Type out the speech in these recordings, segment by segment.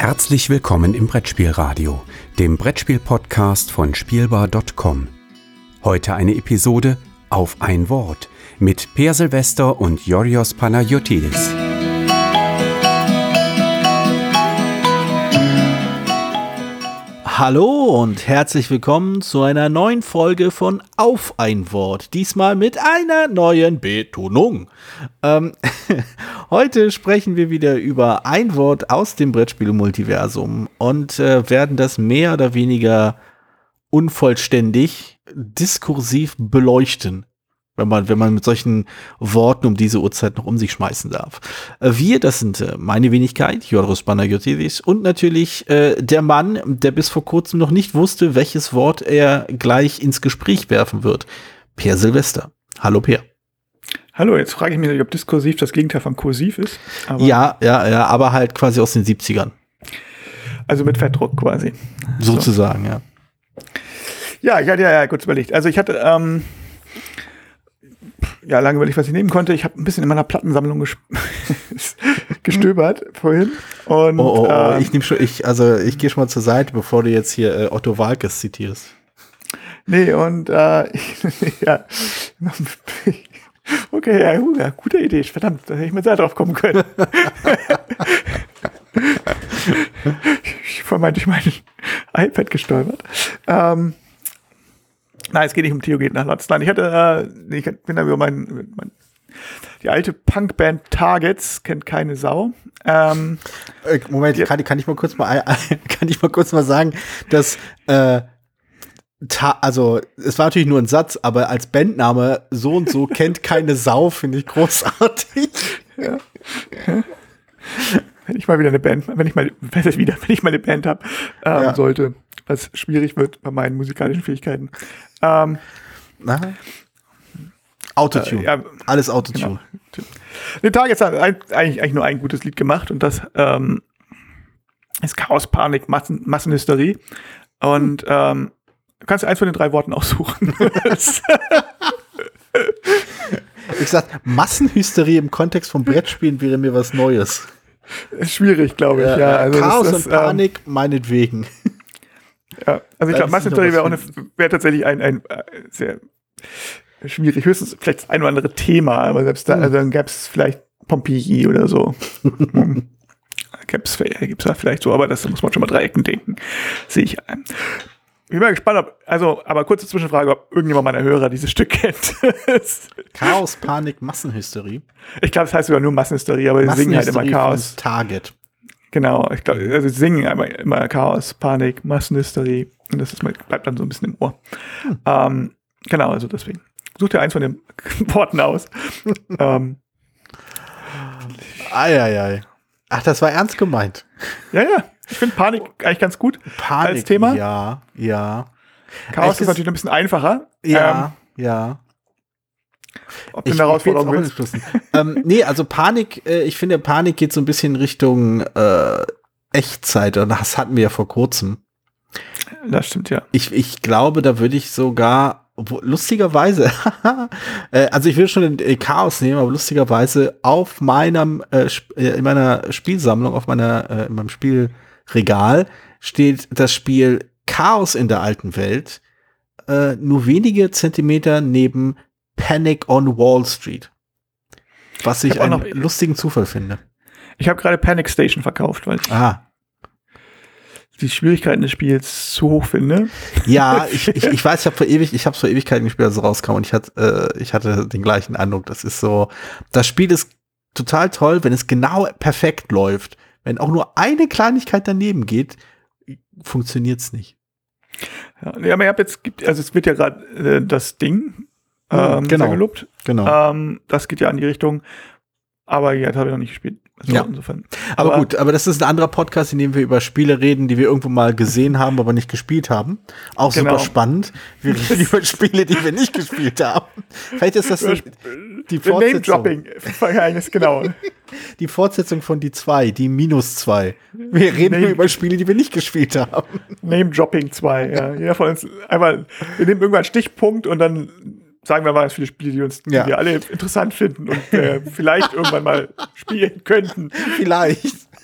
Herzlich willkommen im Brettspielradio, dem Brettspiel-Podcast von Spielbar.com. Heute eine Episode Auf ein Wort mit Per Silvester und Yorios Panagiotides. Hallo und herzlich willkommen zu einer neuen Folge von Auf ein Wort. Diesmal mit einer neuen Betonung. Heute sprechen wir wieder über ein Wort aus dem Brettspiel-Multiversum und werden das mehr oder weniger unvollständig diskursiv beleuchten. Wenn man mit solchen Worten um diese Uhrzeit noch um sich schmeißen darf. Wir, das sind meine Wenigkeit, Yorios Panagiotides, und natürlich der Mann, der bis vor kurzem noch nicht wusste, welches Wort er gleich ins Gespräch werfen wird. Per Silvester. Hallo Per. Hallo, jetzt frage ich mich, ob diskursiv das Gegenteil von kursiv ist. Aber Ja, aber halt quasi aus den 70ern. Also mit Fettdruck quasi. Sozusagen, ja. Ja, ich hatte ja kurz überlegt. Also ich hatte lange überlegt, was ich nehmen konnte. Ich habe ein bisschen in meiner Plattensammlung gestöbert vorhin. Und, ich gehe schon mal zur Seite, bevor du jetzt hier Otto Waalkes zitierst. Nee, und ja. Okay, ja, gute Idee. Verdammt, da hätte ich mit selber drauf kommen können. Ich vor durch mein iPad gestolpert. Nein, es geht nicht um Theo geht nach Lotz. Nein, ich bin da über die alte Punkband Targets, kennt keine Sau. Moment, kann ich mal kurz mal sagen, dass also es war natürlich nur ein Satz, aber als Bandname so und so kennt keine Sau, finde ich großartig. Ja. Wenn ich mal eine Band habe, sollte, was schwierig wird bei meinen musikalischen Fähigkeiten. Autotune. Ja, alles Autotune. Genau. Den Tag jetzt hat eigentlich nur ein gutes Lied gemacht und das ist Chaos, Panik, Massenhysterie. Und du kannst eins von den 3 Worten aussuchen. Ich sag, Massenhysterie im Kontext von Brettspielen wäre mir was Neues. Ist schwierig, glaube ich. Ja, also Chaos und Panik, meinetwegen. Ja, also ich glaube, Massenhysterie wäre tatsächlich ein sehr schwierig. Höchstens vielleicht das ein oder andere Thema, aber selbst da, also dann gäbe es vielleicht Pompeji oder so. Gibt's da vielleicht so, aber das muss man schon mal Dreiecken denken. Sehe ich ein. Ich bin mal gespannt, aber kurze Zwischenfrage, ob irgendjemand meiner Hörer dieses Stück kennt. Chaos, Panik, Massenhysterie. Ich glaube, es heißt sogar nur Massenhysterie, aber sie singen halt immer Chaos. Target. Genau, ich glaube, also sie singen immer Chaos, Panik, Massenhysterie. Und das bleibt dann so ein bisschen im Ohr. Genau, also deswegen. Such dir eins von den Worten aus. Ach, das war ernst gemeint. Ja. Ich finde Panik eigentlich ganz gut als Thema. Ja. Chaos ist natürlich ein bisschen einfacher. Ja. Ob du eine Herausforderung willst. Nee, also Panik, ich finde, Panik geht so ein bisschen Richtung Echtzeit. Und das hatten wir ja vor kurzem. Das stimmt, ja. Ich glaube, da würde ich sogar, lustigerweise, also ich will schon den Chaos nehmen, aber lustigerweise auf in meiner Spielsammlung, in meinem Spielregal steht das Spiel Chaos in der alten Welt nur wenige Zentimeter neben Panic on Wall Street. Was ich einen lustigen Zufall finde. Ich habe gerade Panic Station verkauft, weil ich die Schwierigkeiten des Spiels zu hoch finde. Ja, ich weiß, ich habe vor Ewigkeiten gespielt, als es rauskam, und ich hatte den gleichen Eindruck. Das ist so, das Spiel ist total toll, wenn es genau perfekt läuft. Wenn auch nur eine Kleinigkeit daneben geht, funktioniert es nicht. Ja, aber es wird ja gerade das Ding sehr gelobt. Genau. Das geht ja in die Richtung, aber jetzt habe ich noch nicht gespielt. Also ja. Insofern. Aber gut, aber das ist ein anderer Podcast, in dem wir über Spiele reden, die wir irgendwo mal gesehen haben, aber nicht gespielt haben. Auch super spannend. Wir reden über Spiele, die wir nicht gespielt haben. Vielleicht ist das die Fortsetzung. Name-Dropping, genau. Die Fortsetzung von die 2, die -2. Wir reden nur über Spiele, die wir nicht gespielt haben. Name-Dropping 2, ja. Jeder von uns wir nehmen irgendwann einen Stichpunkt und dann sagen wir mal ganz viele Spiele, die wir alle interessant finden und vielleicht irgendwann mal spielen könnten. Vielleicht.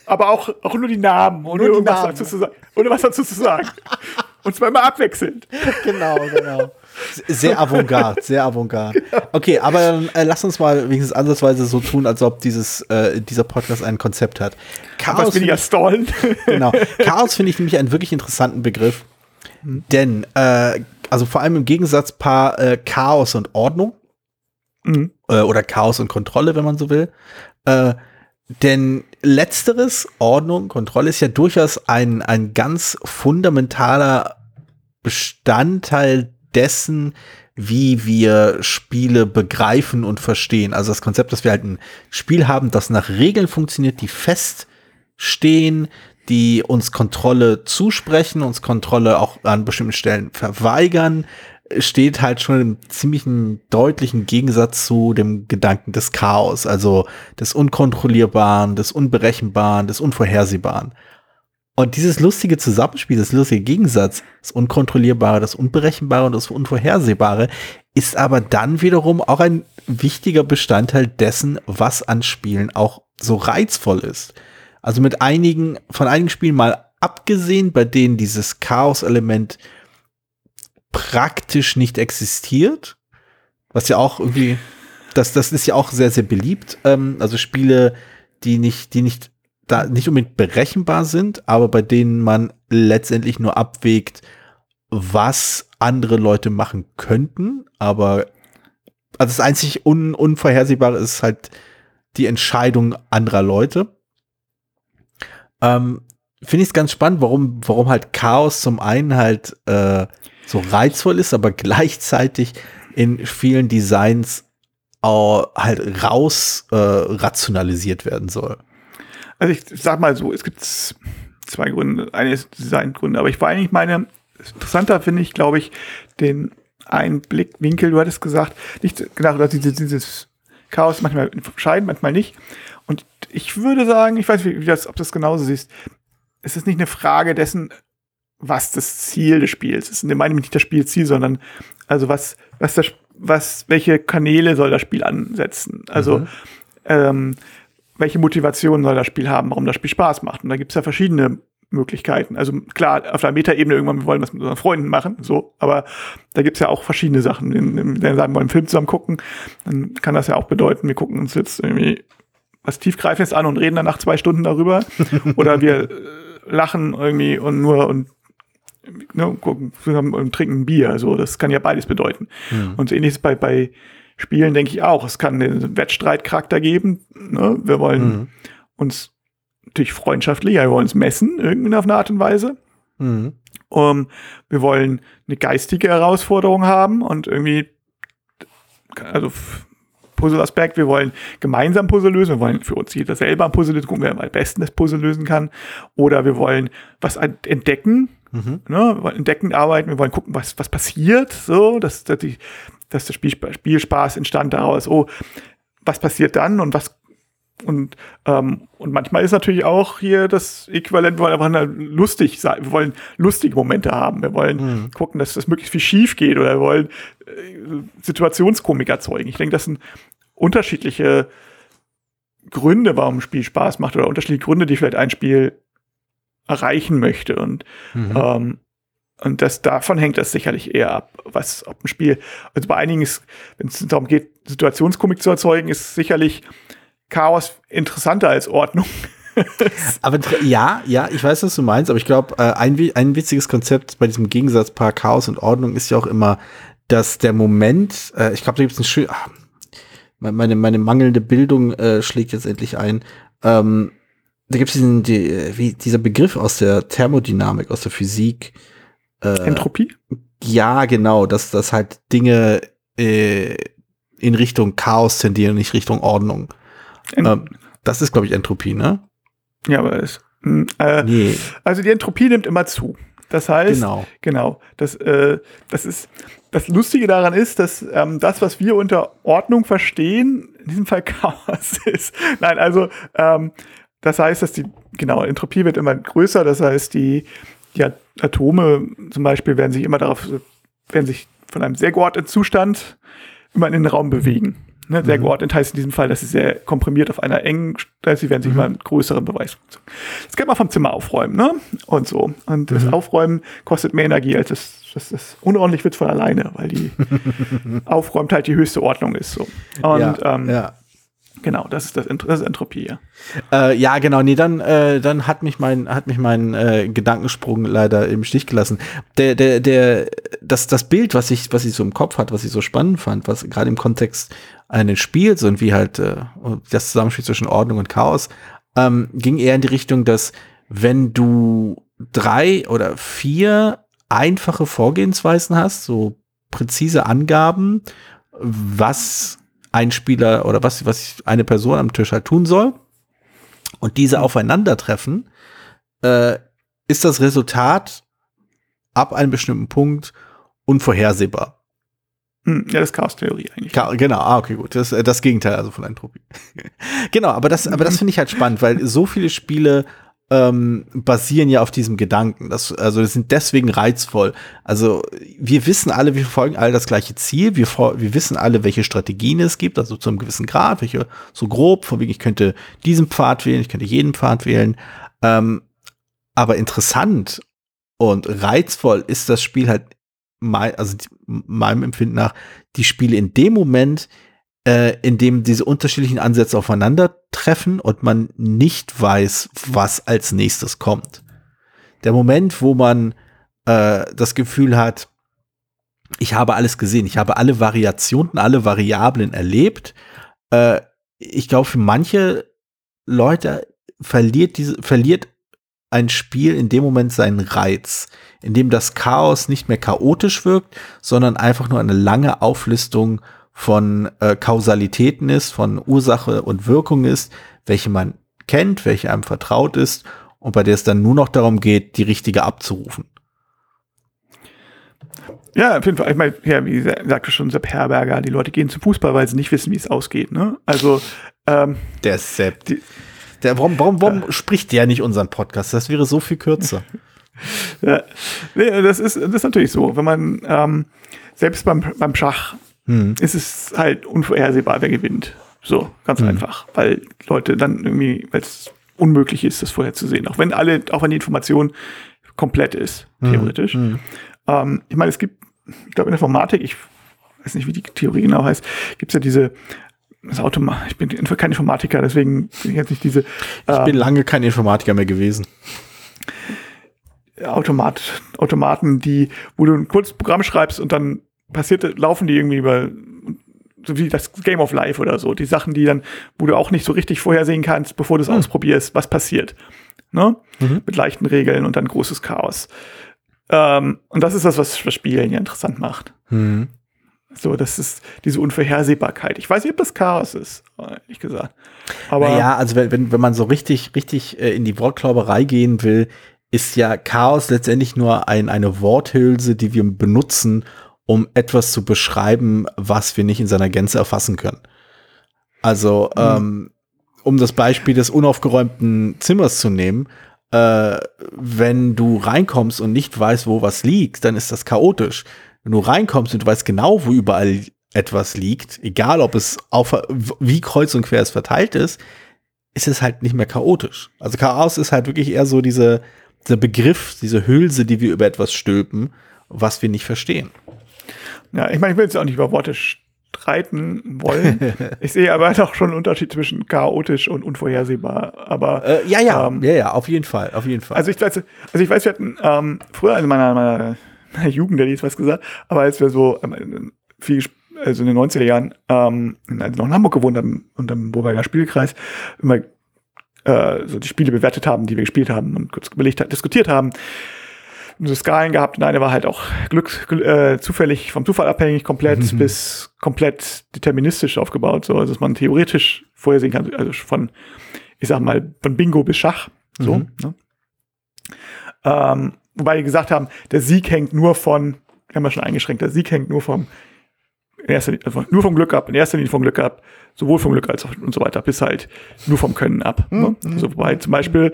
Aber auch nur die Namen, ohne irgendwas dazu zu sagen. Ohne was dazu zu sagen. Und zwar immer abwechselnd. Genau. Sehr avantgarde, Genau. Okay, aber dann lass uns mal wenigstens ansatzweise so tun, als ob dieser Podcast ein Konzept hat. Chaos weniger stallen. Genau. Chaos finde ich nämlich einen wirklich interessanten Begriff. Denn, also vor allem im Gegensatz Chaos und Ordnung. Oder Chaos und Kontrolle, wenn man so will. Denn letzteres, Ordnung, Kontrolle, ist ja durchaus ein ganz fundamentaler Bestandteil dessen, wie wir Spiele begreifen und verstehen. Also das Konzept, dass wir halt ein Spiel haben, das nach Regeln funktioniert, die feststehen, die uns Kontrolle zusprechen, uns Kontrolle auch an bestimmten Stellen verweigern, steht halt schon im ziemlichen deutlichen Gegensatz zu dem Gedanken des Chaos, also des Unkontrollierbaren, des Unberechenbaren, des Unvorhersehbaren. Und dieses lustige Zusammenspiel, das lustige Gegensatz, das Unkontrollierbare, das Unberechenbare und das Unvorhersehbare, ist aber dann wiederum auch ein wichtiger Bestandteil dessen, was an Spielen auch so reizvoll ist. Also von einigen Spielen mal abgesehen, bei denen dieses Chaos-Element praktisch nicht existiert, was ja auch irgendwie, das ist ja auch sehr, sehr beliebt. Also Spiele, die nicht unbedingt berechenbar sind, aber bei denen man letztendlich nur abwägt, was andere Leute machen könnten. Aber also das einzig Unvorhersehbare ist halt die Entscheidung anderer Leute. Finde ich es ganz spannend, warum halt Chaos zum einen halt so reizvoll ist, aber gleichzeitig in vielen Designs halt rationalisiert werden soll. Also ich sag mal so, es gibt zwei Gründe. Eine ist Designgründe, aber interessanter finde ich, glaube ich, den einen Blickwinkel, du hattest gesagt, nicht genau, dass dieses Chaos manchmal entscheidend, manchmal nicht. Und ich würde sagen, ich weiß nicht, ob du das genauso siehst, es ist nicht eine Frage dessen, was das Ziel des Spiels ist. Und ich meine nicht das Spielziel, sondern also welche Kanäle soll das Spiel ansetzen? Also welche Motivation soll das Spiel haben, warum das Spiel Spaß macht? Und da gibt es ja verschiedene Möglichkeiten. Also klar, auf der Metaebene irgendwann, wir wollen das mit unseren Freunden machen, so, aber da gibt es ja auch verschiedene Sachen. Wenn wir sagen, wir wollen einen Film zusammen gucken, dann kann das ja auch bedeuten, wir gucken uns jetzt irgendwie was Tiefgreifendes an und reden danach 2 Stunden darüber. Oder wir lachen irgendwie und gucken und trinken ein Bier. Also das kann ja beides bedeuten. Und so ähnlich ist bei Spielen, denke ich auch. Es kann einen Wettstreitcharakter geben. Ne? Wir wollen uns natürlich freundschaftlich, wir wollen uns messen, irgendwie auf eine Art und Weise. Wir wollen eine geistige Herausforderung haben und irgendwie, also Puzzle-Aspekt, wir wollen gemeinsam Puzzle lösen, wir wollen für uns jeder selber ein Puzzle lösen, gucken, wer am besten das Puzzle lösen kann. Oder wir wollen was entdecken, ne? Wir wollen entdeckend arbeiten, wir wollen gucken, was passiert, so, dass der Spielspaß entstand daraus, was passiert dann und manchmal ist natürlich auch hier das Äquivalent, wir wollen einfach lustig sein, wir wollen lustige Momente haben, wir wollen gucken, dass das möglichst viel schief geht oder wir wollen Situationskomik erzeugen. Ich denke, das sind unterschiedliche Gründe, warum ein Spiel Spaß macht oder unterschiedliche Gründe, die vielleicht ein Spiel erreichen möchte und davon hängt das sicherlich eher ab, ob ein Spiel, also bei einigen ist, wenn es darum geht, Situationskomik zu erzeugen, ist sicherlich Chaos interessanter als Ordnung. Aber ja, ich weiß, was du meinst, aber ich glaube, ein witziges Konzept bei diesem Gegensatz Chaos und Ordnung ist ja auch immer, dass der Moment, ich glaube, da gibt es ein schön, meine mangelnde Bildung schlägt jetzt endlich ein, da gibt es dieser Begriff aus der Thermodynamik, aus der Physik. Entropie? Ja, genau, dass halt Dinge in Richtung Chaos tendieren, nicht Richtung Ordnung. Das ist, glaube ich, Entropie, ne? Ja, aber nee. Also die Entropie nimmt immer zu. Das heißt, genau das ist das Lustige daran ist, dass das, was wir unter Ordnung verstehen, in diesem Fall Chaos ist. Nein, also das heißt, dass Entropie wird immer größer. Das heißt, die Atome zum Beispiel werden sich von einem sehr geordneten Zustand immer in den Raum bewegen. Ne, sehr geordnet heißt in diesem Fall, dass sie sehr komprimiert auf einer engen, sie werden sich mal einen größeren Beweisfunktion. Das kann man vom Zimmer aufräumen, ne? Und so. Und das Aufräumen kostet mehr Energie, als das unordentlich wird von alleine, weil die aufräumt halt die höchste Ordnung ist. So. Und genau, das ist Entropie, ja. Ja, genau, nee, dann hat mich mein Gedankensprung leider im Stich gelassen. Das Bild, was ich so im Kopf hatte, was ich so spannend fand, was gerade im Kontext eines Spiels und wie halt das Zusammenspiel zwischen Ordnung und Chaos, ging eher in die Richtung, dass wenn du 3 oder 4 einfache Vorgehensweisen hast, so präzise Angaben, was ein Spieler oder was eine Person am Tisch halt tun soll und diese aufeinandertreffen, ist das Resultat ab einem bestimmten Punkt unvorhersehbar. Ja, das ist Chaos-Theorie eigentlich. Genau, okay, gut. Das Gegenteil also von Entropie. Genau, aber das finde ich halt spannend, weil so viele Spiele basieren ja auf diesem Gedanken. Das sind deswegen reizvoll. Also wir wissen alle, wir verfolgen alle das gleiche Ziel. Wir wissen alle, welche Strategien es gibt, also zu einem gewissen Grad, welche so grob, von wegen ich könnte diesen Pfad wählen, ich könnte jeden Pfad wählen. Aber interessant und reizvoll ist das Spiel halt, meinem Empfinden nach, die Spiele in dem Moment, in dem diese unterschiedlichen Ansätze aufeinandertreffen und man nicht weiß, was als nächstes kommt. Der Moment, wo man das Gefühl hat, ich habe alles gesehen, ich habe alle Variationen, alle Variablen erlebt. Ich glaube, für manche Leute verliert ein Spiel in dem Moment seinen Reiz, in dem das Chaos nicht mehr chaotisch wirkt, sondern einfach nur eine lange Auflistung von Kausalitäten ist, von Ursache und Wirkung ist, welche man kennt, welche einem vertraut ist und bei der es dann nur noch darum geht, die richtige abzurufen. Ja, auf jeden Fall. Ich meine, ja, wie sagte schon Sepp Herberger, die Leute gehen zum Fußball, weil sie nicht wissen, wie es ausgeht. Ne? Also der Sepp. Warum spricht der nicht unseren Podcast? Das wäre so viel kürzer. Ja, nee, das ist natürlich so. Wenn man selbst beim Schach ist es halt unvorhersehbar, wer gewinnt. So, ganz einfach. Weil Leute dann irgendwie, weil es unmöglich ist, das vorher zu sehen. Auch wenn die Information komplett ist, theoretisch. Ich meine, es gibt, ich glaube in der Informatik, ich weiß nicht, wie die Theorie genau heißt, gibt es ja diese ich bin kein Informatiker, deswegen bin ich jetzt nicht diese. Ich bin lange kein Informatiker mehr gewesen. Automaten, wo du ein kurzes Programm schreibst und dann laufen die irgendwie über, so wie das Game of Life oder so. Die Sachen, wo du auch nicht so richtig vorhersehen kannst, bevor du es ausprobierst, was passiert. Ne? Mit leichten Regeln und dann großes Chaos. Und das ist das, was Spielen ja interessant macht. So, das ist diese Unvorhersehbarkeit. Ich weiß nicht, ob das Chaos ist, ehrlich gesagt. Aber naja, also wenn man so richtig in die Wortklauberei gehen will, ist ja Chaos letztendlich nur eine Worthülse, die wir benutzen, um etwas zu beschreiben, was wir nicht in seiner Gänze erfassen können. Also, um das Beispiel des unaufgeräumten Zimmers zu nehmen, wenn du reinkommst und nicht weißt, wo was liegt, dann ist das chaotisch. Wenn du reinkommst und du weißt genau, wo überall etwas liegt, egal ob es wie kreuz und quer es verteilt ist es halt nicht mehr chaotisch. Also Chaos ist halt wirklich eher so dieser Begriff, diese Hülse, die wir über etwas stülpen, was wir nicht verstehen. Ja, ich meine, ich will jetzt auch nicht über Worte streiten wollen. Ich sehe aber doch schon einen Unterschied zwischen chaotisch und unvorhersehbar. Aber ja, auf jeden Fall. Also ich weiß, wir hatten früher in meiner Jugend, hätte ich jetzt was gesagt, aber als wir so viel, also in den 90er Jahren, als wir noch in Hamburg gewohnt haben und am Burberger Spielkreis, immer so die Spiele bewertet haben, die wir gespielt haben und kurz diskutiert haben. Und so Skalen gehabt und eine war halt auch zufällig, vom Zufall abhängig, komplett bis komplett deterministisch aufgebaut, so, also dass man theoretisch vorhersehen kann, also von Bingo bis Schach, so, ne? Wobei die gesagt haben, der Sieg hängt nur von, wir haben ja schon eingeschränkt, der Sieg hängt nur vom Glück ab, in erster Linie vom Glück ab, sowohl vom Glück als auch und so weiter, bis halt nur vom Können ab. Ne? Also wobei zum Beispiel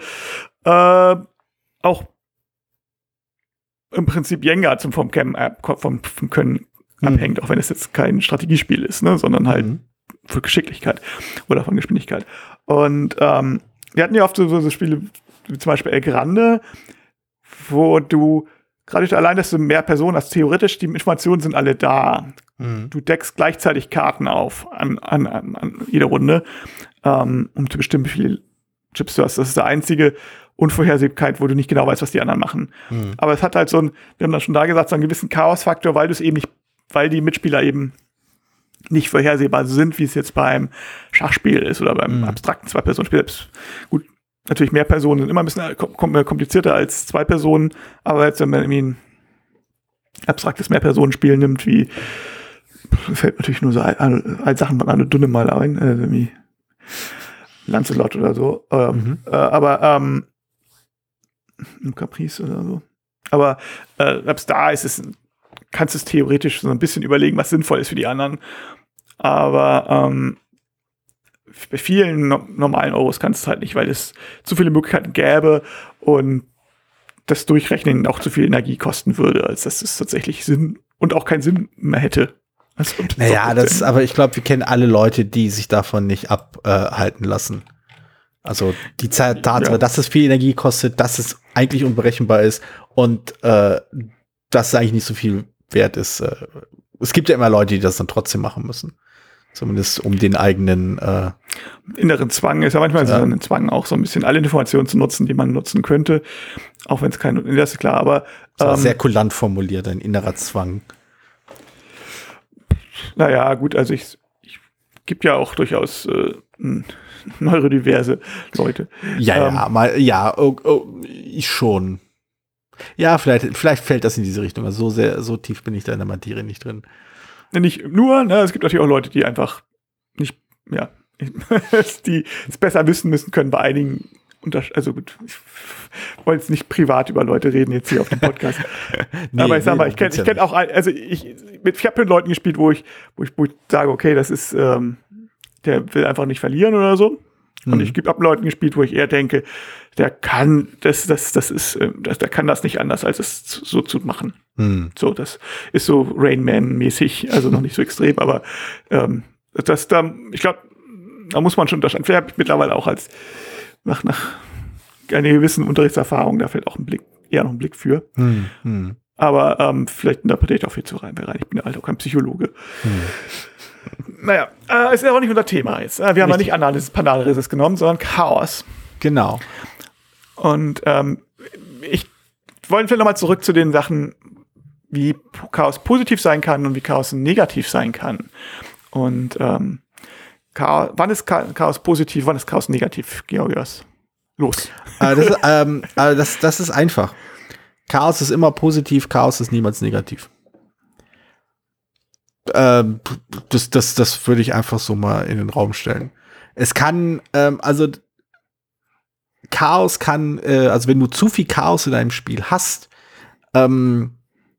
auch im Prinzip Jenga vom Können abhängt, auch wenn es jetzt kein Strategiespiel ist, ne? Sondern halt von Geschicklichkeit oder von Geschwindigkeit. Und wir hatten ja oft so Spiele, wie zum Beispiel El Grande, wo du gerade allein, dass du mehr Personen hast, theoretisch, die Informationen sind alle da. Du deckst gleichzeitig Karten auf an jeder Runde, um zu bestimmen, wie viele Chips du hast. Das ist der einzige Unvorhersehbarkeit, wo du nicht genau weißt, was die anderen machen. Aber es hat halt wir haben das schon da gesagt, so einen gewissen Chaosfaktor, weil du es eben nicht, weil die Mitspieler eben nicht vorhersehbar sind, wie es jetzt beim Schachspiel ist oder beim abstrakten Zwei-Personen-Spiel. Gut, natürlich mehr Personen sind immer ein bisschen komplizierter als 2 Personen, aber jetzt, wenn man irgendwie ein abstraktes Mehrpersonenspiel nimmt, wie fällt natürlich nur so Sachen von Anne Dunne mal ein, wie Lancelot oder so, aber Caprice oder so. Aber selbst da kannst du es theoretisch so ein bisschen überlegen, was sinnvoll ist für die anderen. Aber bei vielen normalen Euros kannst du es halt nicht, weil es zu viele Möglichkeiten gäbe und das Durchrechnen auch zu viel Energie kosten würde, als dass es tatsächlich Sinn und auch keinen Sinn mehr hätte. Aber ich glaube, wir kennen alle Leute, die sich davon nicht abhalten lassen. Also die Tatsache, dass es viel Energie kostet, dass es eigentlich unberechenbar ist und dass es eigentlich nicht so viel wert ist. Es gibt ja immer Leute, die das dann trotzdem machen müssen. Zumindest um den eigenen inneren Zwang ist ja manchmal so ein Zwang, auch so ein bisschen alle Informationen zu nutzen, die man nutzen könnte. Auch wenn es das ist klar, aber sehr kulant formuliert, ein innerer Zwang. Naja, gut, also ich gibt ja auch durchaus neurodiverse Leute. Ich schon. Ja, vielleicht fällt das in diese Richtung. Also so tief bin ich da in der Materie nicht drin. Nicht nur, ne, es gibt natürlich auch Leute, die einfach nicht, die es besser wissen müssen können bei einigen. Also gut, ich wollte jetzt nicht privat über Leute reden jetzt hier auf dem Podcast. Aber ich sag mal, ich kenne auch, also ich habe mit Leuten gespielt, wo ich sage, okay, das ist, der will einfach nicht verlieren oder so. Und ich habe Leuten gespielt, wo ich eher denke, der kann der kann das nicht anders, als es so zu machen. So, das ist so Rain Man-mäßig, also noch nicht so extrem, aber ich glaube, da muss man schon unterscheiden. Vielleicht habe ich mittlerweile auch nach einer gewissen Unterrichtserfahrung, da fällt auch eher noch ein Blick für. Aber vielleicht interpretiere ich auch viel zu rein. Ich bin ja halt auch kein Psychologe. Naja, ist ja auch nicht unser Thema jetzt. Wir haben ja nicht Panalresis genommen, sondern Chaos. Genau. Und ich wollte vielleicht nochmal zurück zu den Sachen, wie Chaos positiv sein kann und wie Chaos negativ sein kann. Und wann ist Chaos positiv, wann ist Chaos negativ, Georgios? Los. Das ist einfach. Chaos ist immer positiv, Chaos ist niemals negativ. Das würde ich einfach so mal in den Raum stellen. Es kann, Chaos kann, also wenn du zu viel Chaos in deinem Spiel hast, dann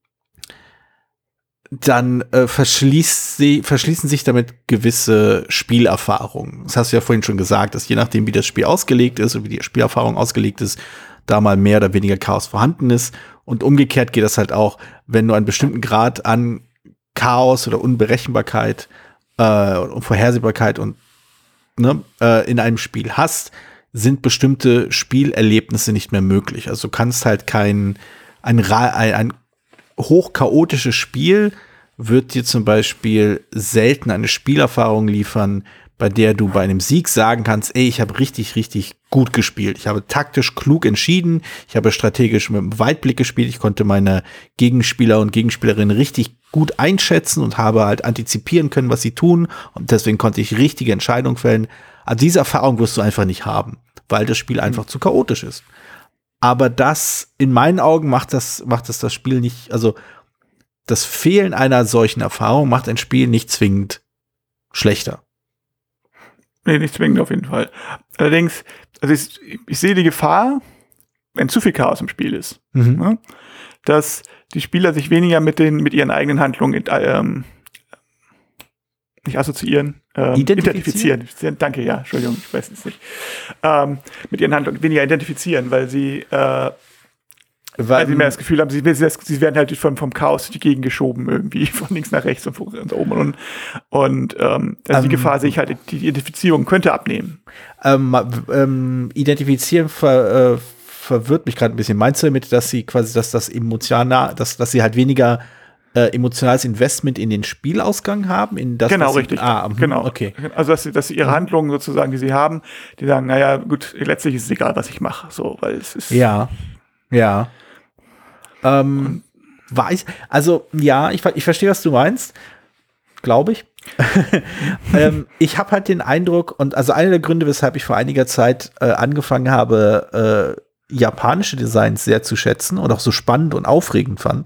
verschließen sich damit gewisse Spielerfahrungen. Das hast du ja vorhin schon gesagt, dass je nachdem, wie das Spiel ausgelegt ist und wie die Spielerfahrung ausgelegt ist, da mal mehr oder weniger Chaos vorhanden ist. Und umgekehrt geht das halt auch, wenn du einen bestimmten Grad an Chaos oder Unberechenbarkeit und Vorhersehbarkeit und in einem Spiel hast, sind bestimmte Spielerlebnisse nicht mehr möglich. Also du kannst halt ein hochchaotisches Spiel wird dir zum Beispiel selten eine Spielerfahrung liefern, bei der du bei einem Sieg sagen kannst, ey, ich habe richtig, richtig gut gespielt. Ich habe taktisch klug entschieden. Ich habe strategisch mit einem Weitblick gespielt. Ich konnte meine Gegenspieler und Gegenspielerinnen richtig gut einschätzen und habe halt antizipieren können, was sie tun. Und deswegen konnte ich richtige Entscheidungen fällen. Also diese Erfahrung wirst du einfach nicht haben, weil das Spiel einfach zu chaotisch ist. Aber das, in meinen Augen, macht das Spiel nicht, also das Fehlen einer solchen Erfahrung macht ein Spiel nicht zwingend schlechter. Nee, nicht zwingend auf jeden Fall. Allerdings, also ich sehe die Gefahr, wenn zu viel Chaos im Spiel ist, dass die Spieler sich weniger mit ihren eigenen Handlungen nicht assoziieren, identifizieren. Danke, ja, Entschuldigung, ich weiß es nicht. Mit ihren Handlungen weniger identifizieren, weil sie Weil sie mehr das Gefühl haben, sie werden halt vom Chaos durch die Gegend geschoben, irgendwie von links nach rechts und oben und die Gefahr sehe ich halt, die Identifizierung könnte abnehmen. Identifizieren verwirrt mich gerade ein bisschen. Meinst du damit, dass sie quasi, dass sie halt weniger emotionales Investment in den Spielausgang haben? In das, genau, richtig. Genau. Okay. Also, dass sie ihre Handlungen sozusagen, die sie haben, die sagen, naja, gut, letztlich ist es egal, was ich mache, so, weil es ist. Ja. Ich verstehe, was du meinst. Glaube ich. Ich habe halt den Eindruck, und also einer der Gründe, weshalb ich vor einiger Zeit angefangen habe, japanische Designs sehr zu schätzen und auch so spannend und aufregend fand,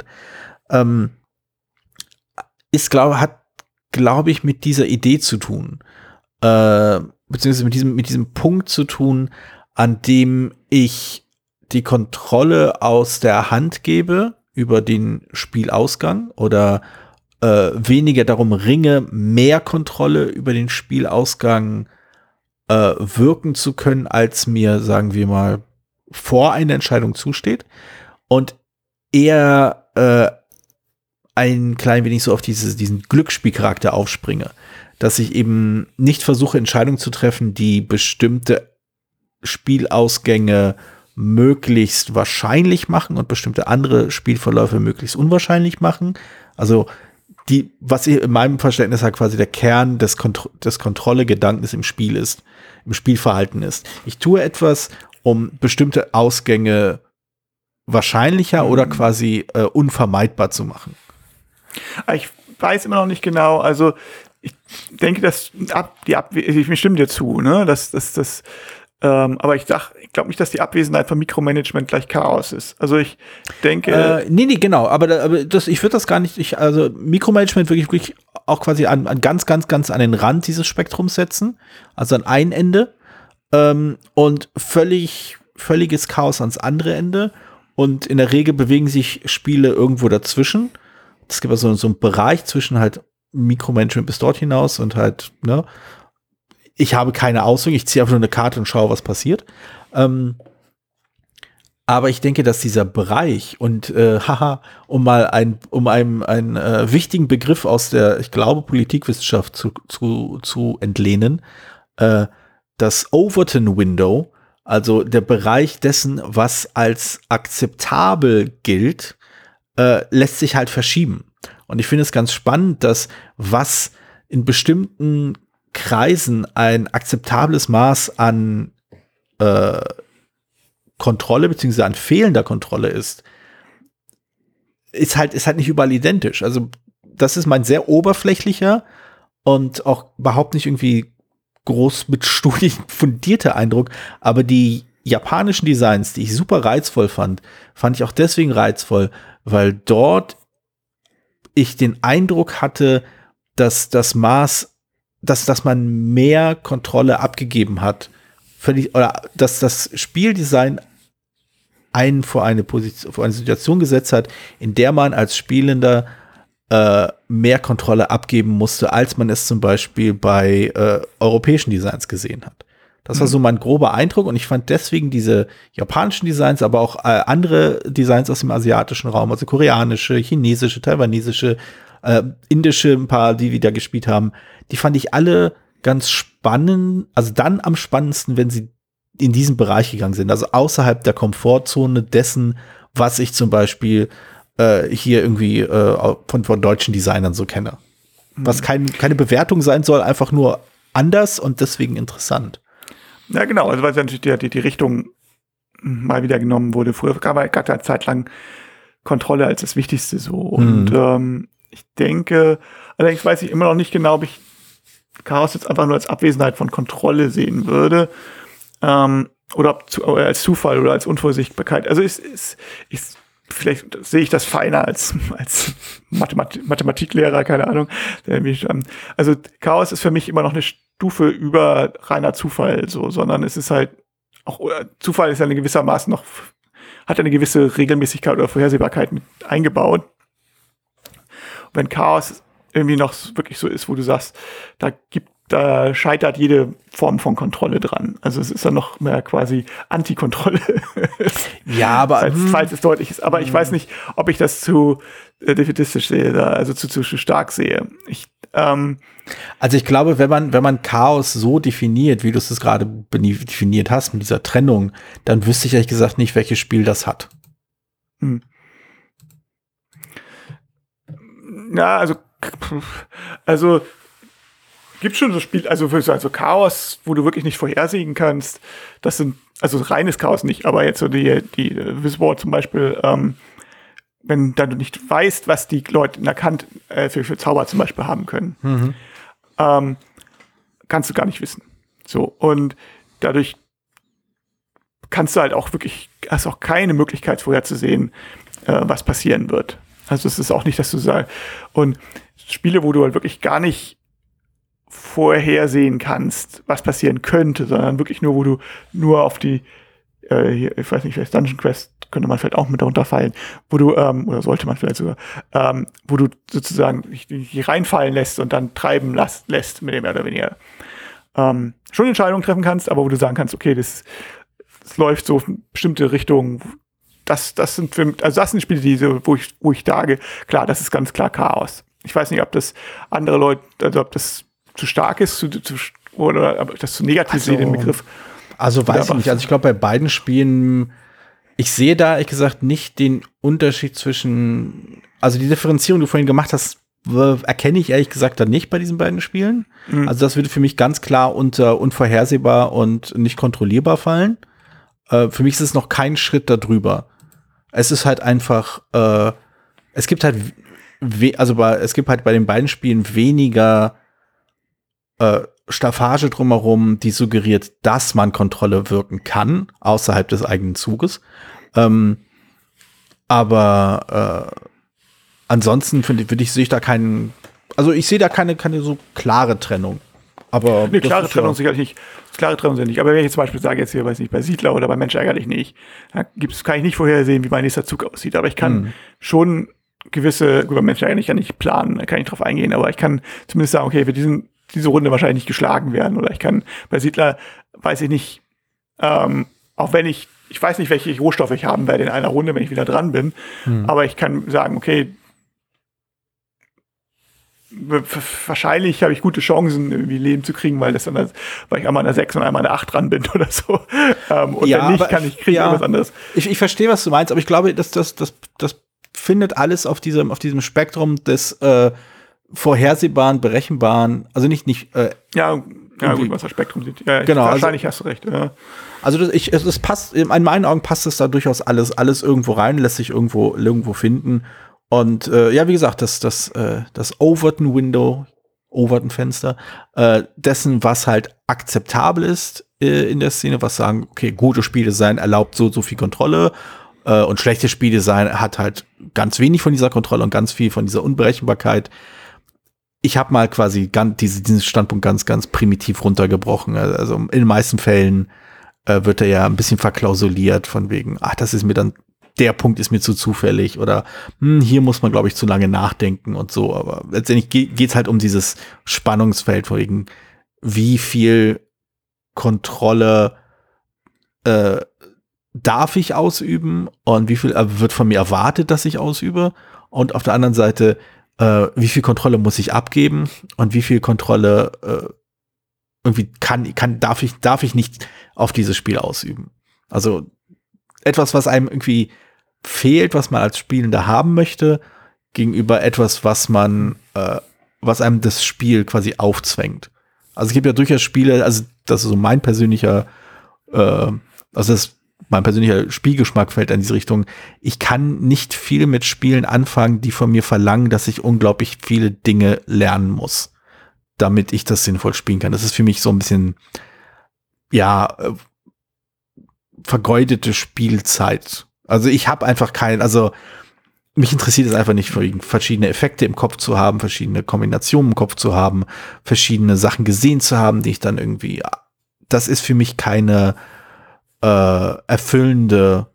hat, glaube ich, mit dieser Idee zu tun, beziehungsweise mit diesem Punkt zu tun, an dem ich die Kontrolle aus der Hand gebe über den Spielausgang oder weniger darum ringe, mehr Kontrolle über den Spielausgang wirken zu können, als mir, sagen wir mal, vor einer Entscheidung zusteht, und eher ein klein wenig so auf diesen Glücksspielcharakter aufspringe, dass ich eben nicht versuche, Entscheidungen zu treffen, die bestimmte Spielausgänge möglichst wahrscheinlich machen und bestimmte andere Spielverläufe möglichst unwahrscheinlich machen. Also was in meinem Verständnis halt quasi der Kern des Kontrollegedankens im Spiel ist, im Spielverhalten ist. Ich tue etwas, um bestimmte Ausgänge wahrscheinlicher oder quasi unvermeidbar zu machen. Ich weiß immer noch nicht genau, also ich denke, dass ich stimme dir zu, ne? Aber ich glaube nicht, dass die Abwesenheit von Mikromanagement gleich Chaos ist. Also ich denke. Nee, genau. Aber ich würde das gar nicht. Also Mikromanagement wirklich auch quasi an ganz an den Rand dieses Spektrums setzen. Also an ein Ende. Und völliges Chaos ans andere Ende. Und in der Regel bewegen sich Spiele irgendwo dazwischen. Es gibt also so einen Bereich zwischen halt Mikromanagement bis dort hinaus und halt, ne? Ich habe keine Auswirkungen, ich ziehe einfach nur eine Karte und schaue, was passiert. Aber ich denke, dass dieser Bereich und um einen wichtigen Begriff aus der, ich glaube, Politikwissenschaft zu entlehnen, das Overton Window, also der Bereich dessen, was als akzeptabel gilt, lässt sich halt verschieben. Und ich finde es ganz spannend, dass was in bestimmten Kreisen ein akzeptables Maß an Kontrolle beziehungsweise an fehlender Kontrolle ist halt nicht überall identisch. Also das ist mein sehr oberflächlicher und auch überhaupt nicht irgendwie groß mit Studien fundierter Eindruck, aber die japanischen Designs, die ich super reizvoll fand ich auch deswegen reizvoll, weil dort ich den Eindruck hatte, dass dass man mehr Kontrolle abgegeben hat, oder dass das Spieldesign einen vor eine Situation gesetzt hat, in der man als Spielender mehr Kontrolle abgeben musste, als man es zum Beispiel bei europäischen Designs gesehen hat. Das war so mein grober Eindruck, und ich fand deswegen diese japanischen Designs, aber auch andere Designs aus dem asiatischen Raum, also koreanische, chinesische, taiwanesische, indische, ein paar, die wir da gespielt haben, die fand ich alle ganz spannend, also dann am spannendsten, wenn sie in diesen Bereich gegangen sind, also außerhalb der Komfortzone dessen, was ich zum Beispiel hier irgendwie von deutschen Designern so kenne. Was keine Bewertung sein soll, einfach nur anders und deswegen interessant. Ja, genau, also weil natürlich die Richtung mal wieder genommen wurde. Früher gab es eine Zeit lang Kontrolle als das Wichtigste so. Und ich denke, allerdings weiß ich immer noch nicht genau, ob ich Chaos jetzt einfach nur als Abwesenheit von Kontrolle sehen würde. Oder als Zufall oder als Unvorsichtbarkeit. Also vielleicht sehe ich das feiner als Mathematiklehrer, keine Ahnung. Also Chaos ist für mich immer noch eine Stufe über reiner Zufall, so, sondern es ist halt auch, Zufall ist ja eine gewissermaßen noch, hat eine gewisse Regelmäßigkeit oder Vorhersehbarkeit mit eingebaut. Und wenn Chaos irgendwie noch wirklich so ist, wo du sagst, da gibt da scheitert jede Form von Kontrolle dran. Also es ist dann noch mehr quasi Antikontrolle. Ja, aber falls es deutlich ist. Aber ich weiß nicht, ob ich das zu defetistisch sehe, also zu stark sehe. Also ich glaube, wenn man Chaos so definiert, wie du es gerade definiert hast, mit dieser Trennung, dann wüsste ich ehrlich gesagt nicht, welches Spiel das hat. Ja, also gibt schon so Spiele, also Chaos, wo du wirklich nicht vorhersehen kannst. Das sind, also reines Chaos nicht, aber jetzt so die Wizard zum Beispiel, wenn dann du nicht weißt, was die Leute in der Kant für Zauber zum Beispiel haben können, kannst du gar nicht wissen. So, und dadurch kannst du halt auch wirklich, hast auch keine Möglichkeit vorherzusehen, was passieren wird. Also es ist auch nicht, dass du sagst, und Spiele, wo du halt wirklich gar nicht vorhersehen kannst, was passieren könnte, sondern wirklich nur, wo du nur auf die, ich weiß nicht, vielleicht Dungeon Quest könnte man vielleicht auch mit darunter fallen, wo du, oder sollte man vielleicht sogar, wo du sozusagen dich reinfallen lässt und dann treiben lässt mit dem mehr oder weniger. Schon Entscheidungen treffen kannst, aber wo du sagen kannst, okay, das läuft so in bestimmte Richtungen. Das sind Spiele, wo ich sage, klar, das ist ganz klar Chaos. Ich weiß nicht, ob das andere Leute, also ob das zu stark ist, oder ob ich das zu negativ sehe, den Begriff. Also weiß ich nicht. Also ich glaube, bei beiden Spielen, ich sehe da, ehrlich gesagt, nicht den Unterschied zwischen, also die Differenzierung, die du vorhin gemacht hast, erkenne ich ehrlich gesagt dann nicht bei diesen beiden Spielen. Also das würde für mich ganz klar unter unvorhersehbar und nicht kontrollierbar fallen. Für mich ist es noch kein Schritt darüber. Es ist halt einfach, es gibt halt bei den beiden Spielen weniger Staffage drumherum, die suggeriert, dass man Kontrolle wirken kann, außerhalb des eigenen Zuges. Aber ansonsten sehe ich da keinen, also ich sehe da keine so klare Trennung. Aber eine klare Trennung sicherlich nicht. Klare Trennung sind nicht. Aber wenn ich jetzt zum Beispiel sage, jetzt hier, weiß nicht, bei Siedler oder bei Mensch ärgerlich nicht, kann ich nicht vorhersehen, wie mein nächster Zug aussieht. Aber ich kann schon über Mensch ärgerlich ja nicht planen, da kann ich drauf eingehen. Aber ich kann zumindest sagen, okay, wir diese Runde wahrscheinlich nicht geschlagen werden. Oder ich kann bei Siedler, weiß ich nicht, auch wenn ich weiß nicht, welche Rohstoffe ich haben werde in einer Runde, wenn ich wieder dran bin. Aber ich kann sagen, okay, wahrscheinlich habe ich gute Chancen, irgendwie Leben zu kriegen, weil ich einmal an der 6 und einmal an der 8 dran bin oder so. Und ja, wenn nicht, kann ich kriegen irgendwas anderes. Ich verstehe, was du meinst, aber ich glaube, das findet alles auf diesem Spektrum des vorhersehbaren, berechenbaren, also nicht gut, was das Spektrum sieht. Ja, genau, wahrscheinlich hast du recht. Ja. Also es passt, in meinen Augen passt es da durchaus alles irgendwo rein, lässt sich irgendwo finden. Und wie gesagt, das Overton-Fenster dessen, was halt akzeptabel ist in der Szene, was sagen, okay, gute Spieldesign erlaubt so viel Kontrolle und schlechtes Spieldesign hat halt ganz wenig von dieser Kontrolle und ganz viel von dieser Unberechenbarkeit. Ich habe mal quasi diesen Standpunkt ganz, ganz primitiv runtergebrochen. Also in den meisten Fällen wird er ja ein bisschen verklausuliert von wegen, der Punkt ist mir zu zufällig oder hier muss man, glaube ich, zu lange nachdenken und so. Aber letztendlich geht es halt um dieses Spannungsfeld, von wegen, wie viel Kontrolle darf ich ausüben und wie viel wird von mir erwartet, dass ich ausübe. Und auf der anderen Seite, wie viel Kontrolle muss ich abgeben und wie viel Kontrolle irgendwie darf ich nicht auf dieses Spiel ausüben. Also etwas, was einem irgendwie fehlt, was man als Spielender haben möchte, gegenüber etwas, was einem das Spiel quasi aufzwängt. Also es gibt ja durchaus Spiele, also das ist so mein persönlicher Spielgeschmack fällt in diese Richtung. Ich kann nicht viel mit Spielen anfangen, die von mir verlangen, dass ich unglaublich viele Dinge lernen muss, damit ich das sinnvoll spielen kann. Das ist für mich so ein bisschen, vergeudete Spielzeit. Also ich habe einfach mich interessiert es einfach nicht, verschiedene Effekte im Kopf zu haben, verschiedene Kombinationen im Kopf zu haben, verschiedene Sachen gesehen zu haben, die ich dann irgendwie, das ist für mich keine erfüllende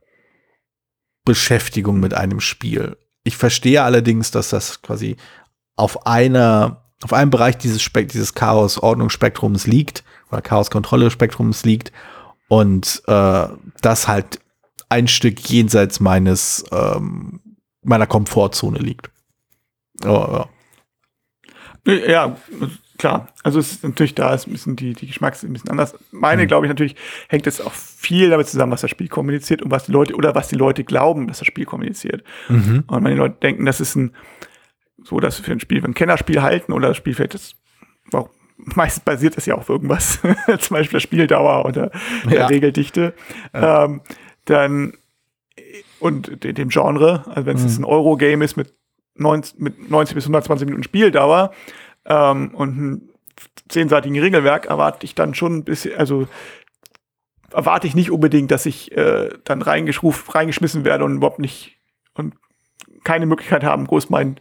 Beschäftigung mit einem Spiel. Ich verstehe allerdings, dass das quasi auf einer auf einem Bereich dieses Chaos-Ordnungsspektrums liegt oder Chaos-Kontrolle-Spektrums liegt und das halt ein Stück jenseits meiner Komfortzone liegt. Ja. Ja, klar. Also es ist natürlich da, ist ein bisschen die Geschmacks ein bisschen anders. Meine, glaube ich, natürlich hängt es auch viel damit zusammen, was das Spiel kommuniziert und was die Leute glauben, dass das Spiel kommuniziert. Und wenn die Leute denken, das ist dass wir für ein Kennerspiel halten oder das Spiel vielleicht meistens basiert das ja auf irgendwas, zum Beispiel der Spieldauer oder der Regeldichte, dann und dem Genre, also wenn es jetzt ein Eurogame ist mit 90 bis 120 Minuten Spieldauer und einem 10-seitigen Regelwerk, erwarte ich dann schon ein bisschen, also erwarte ich nicht unbedingt, dass ich dann reingeschmissen werde und überhaupt nicht und keine Möglichkeit haben, groß mein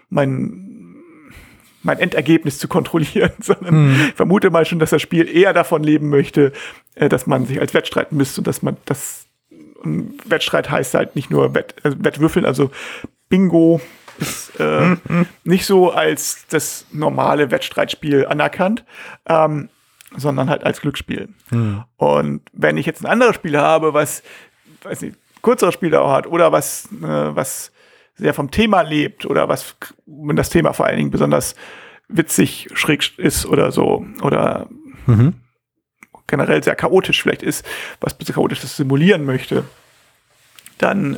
Endergebnis zu kontrollieren, sondern ich vermute mal schon, dass das Spiel eher davon leben möchte, dass man sich als Wettstreit misst und dass man und Wettstreit heißt halt nicht nur Wettwürfeln, also Bingo ist nicht so als das normale Wettstreitspiel anerkannt, sondern halt als Glücksspiel. Und wenn ich jetzt ein anderes Spiel habe, was, weiß nicht, kürzere Spieldauer hat oder was sehr vom Thema lebt oder wenn das Thema vor allen Dingen besonders witzig, schräg ist oder so oder generell sehr chaotisch vielleicht ist, was ein bisschen chaotisches simulieren möchte, dann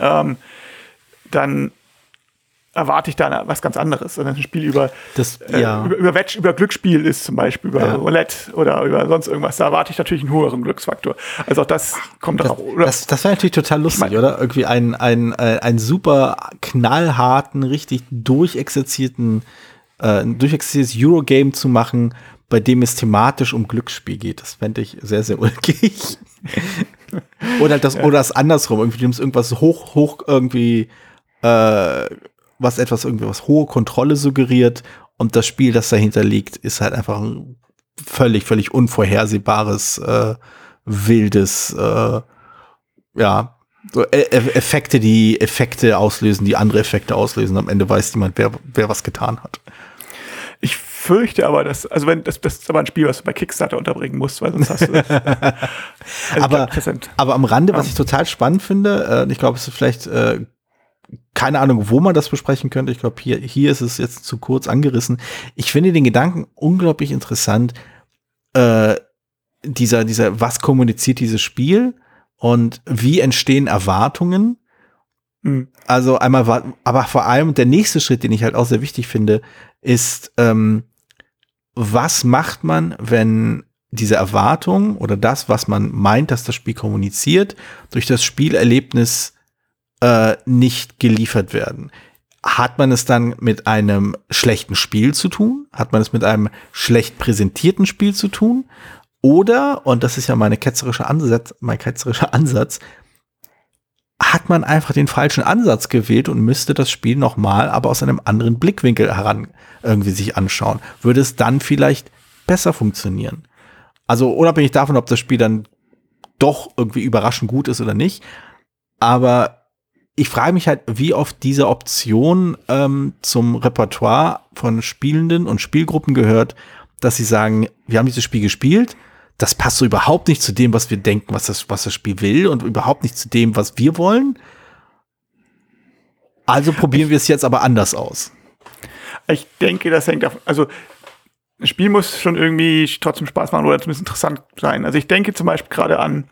erwarte ich da was ganz anderes. Wenn ein Spiel über Glücksspiel ist, zum Beispiel über Roulette oder über sonst irgendwas, da erwarte ich natürlich einen höheren Glücksfaktor. Also auch das kommt auch. Das wäre natürlich total lustig, oder? Irgendwie einen super knallharten, richtig durchexerziertes Eurogame zu machen, bei dem es thematisch um Glücksspiel geht. Das fände ich sehr, sehr ulkig. Oder das andersrum. Irgendwie, du nimmst irgendwas hoch irgendwie, was hohe Kontrolle suggeriert und das Spiel, das dahinter liegt, ist halt einfach ein völlig, völlig unvorhersehbares, wildes, so Effekte, die Effekte auslösen, die andere Effekte auslösen. Am Ende weiß niemand, wer was getan hat. Ich fürchte aber, das ist aber ein Spiel, was du bei Kickstarter unterbringen musst, weil sonst hast du das. Aber am Rande, was ich total spannend finde, ich glaube, es ist vielleicht keine Ahnung, wo man das besprechen könnte. Ich glaube, hier ist es jetzt zu kurz angerissen. Ich finde den Gedanken unglaublich interessant, dieser was kommuniziert dieses Spiel und wie entstehen Erwartungen. Also einmal aber vor allem der nächste Schritt, den ich halt auch sehr wichtig finde, ist, was macht man, wenn diese Erwartung oder das, was man meint, dass das Spiel kommuniziert, durch das Spielerlebnis nicht geliefert werden? Hat man es dann mit einem schlechten Spiel zu tun? Hat man es mit einem schlecht präsentierten Spiel zu tun? Oder, und das ist ja mein ketzerischer Ansatz, hat man einfach den falschen Ansatz gewählt und müsste das Spiel nochmal, aber aus einem anderen Blickwinkel heran irgendwie sich anschauen? Würde es dann vielleicht besser funktionieren? Also unabhängig davon, ob das Spiel dann doch irgendwie überraschend gut ist oder nicht. Aber ich frage mich halt, wie oft diese Option zum Repertoire von Spielenden und Spielgruppen gehört, dass sie sagen, wir haben dieses Spiel gespielt, das passt so überhaupt nicht zu dem, was wir denken, was das Spiel will und überhaupt nicht zu dem, was wir wollen. Also probieren wir es jetzt aber anders aus. Ich denke, das hängt davon, also ein Spiel muss schon irgendwie trotzdem Spaß machen oder zumindest interessant sein. Also ich denke zum Beispiel gerade an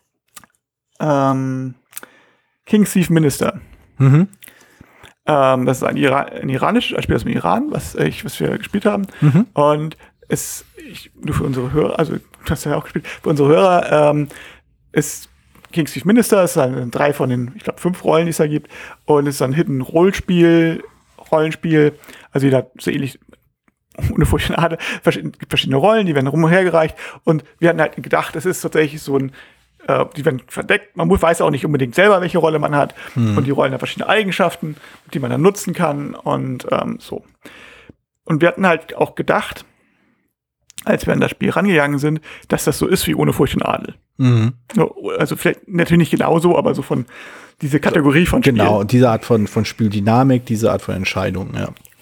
King's Thief Minister. Das ist ein iranisches Spiel aus dem Iran, was wir gespielt haben. Und nur für unsere Hörer, also du hast ja auch gespielt, für unsere Hörer ist King's Thief Minister, ist 3 von den, ich glaube, 5 Rollen, die es da gibt. Und es ist ein Hidden Rollenspiel, also jeder so ähnlich ohne Furcht und Adel, verschiedene Rollen, die werden rum und her gereicht. Und wir hatten halt gedacht, es ist tatsächlich so ein die werden verdeckt. Man weiß auch nicht unbedingt selber, welche Rolle man hat. Und die Rollen haben verschiedene Eigenschaften, die man dann nutzen kann und so. Und wir hatten halt auch gedacht, als wir an das Spiel rangegangen sind, dass das so ist wie Ohne Furcht und Adel. Also vielleicht natürlich nicht genauso, aber so von diese Kategorie von Spiel. Genau, diese Art von Spieldynamik, diese Art von Entscheidung, ja.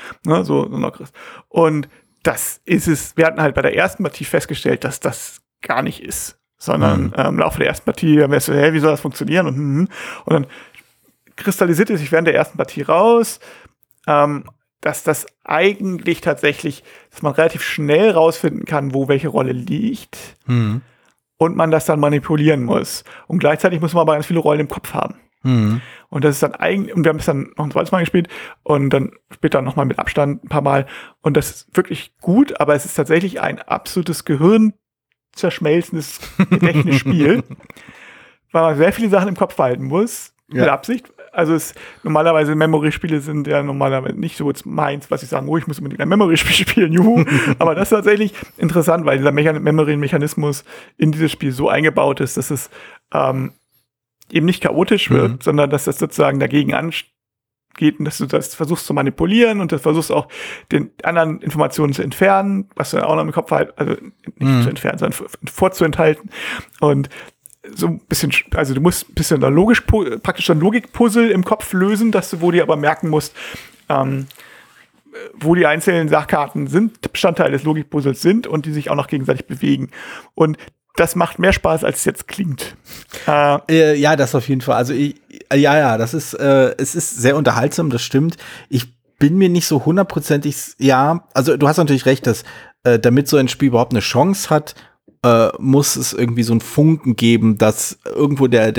Ne, so lockeres. Und das ist es, wir hatten halt bei der ersten Partie festgestellt, dass das gar nicht ist. Sondern im Laufe der ersten Partie haben wir so, hey, wie soll das funktionieren? Und dann kristallisierte sich während der ersten Partie raus, dass das eigentlich tatsächlich, dass man relativ schnell rausfinden kann, wo welche Rolle liegt und man das dann manipulieren muss. Und gleichzeitig muss man aber ganz viele Rollen im Kopf haben. Und das ist dann eigentlich, und wir haben es dann noch ein zweites Mal gespielt und dann später nochmal mit Abstand ein paar Mal. Und das ist wirklich gut, aber es ist tatsächlich ein absolutes gehirnzerschmelzendes Gedächtnisspiel, weil man sehr viele Sachen im Kopf behalten muss, mit Absicht. Also normalerweise Memory-Spiele sind ja normalerweise nicht so meins, was ich sagen, ich muss unbedingt ein Memory-Spiel spielen, juhu. Aber das ist tatsächlich interessant, weil dieser Memory-Mechanismus in dieses Spiel so eingebaut ist, dass es eben nicht chaotisch wird, sondern dass das sozusagen dagegen angeht und dass du das versuchst zu manipulieren und das versuchst auch den anderen Informationen zu entfernen, was du dann auch noch im Kopf halt, also nicht zu entfernen, sondern vorzuenthalten. Und so ein bisschen, also du musst ein bisschen da praktisch ein Logikpuzzle im Kopf lösen, wo du aber merken musst, wo die einzelnen Sachkarten sind, Bestandteil des Logikpuzzles sind und die sich auch noch gegenseitig bewegen. Und das macht mehr Spaß, als es jetzt klingt. Ja, das auf jeden Fall. Also das ist, es ist sehr unterhaltsam, das stimmt. Ich bin mir nicht so hundertprozentig, also du hast natürlich recht, dass damit so ein Spiel überhaupt eine Chance hat, muss es irgendwie so einen Funken geben, dass irgendwo der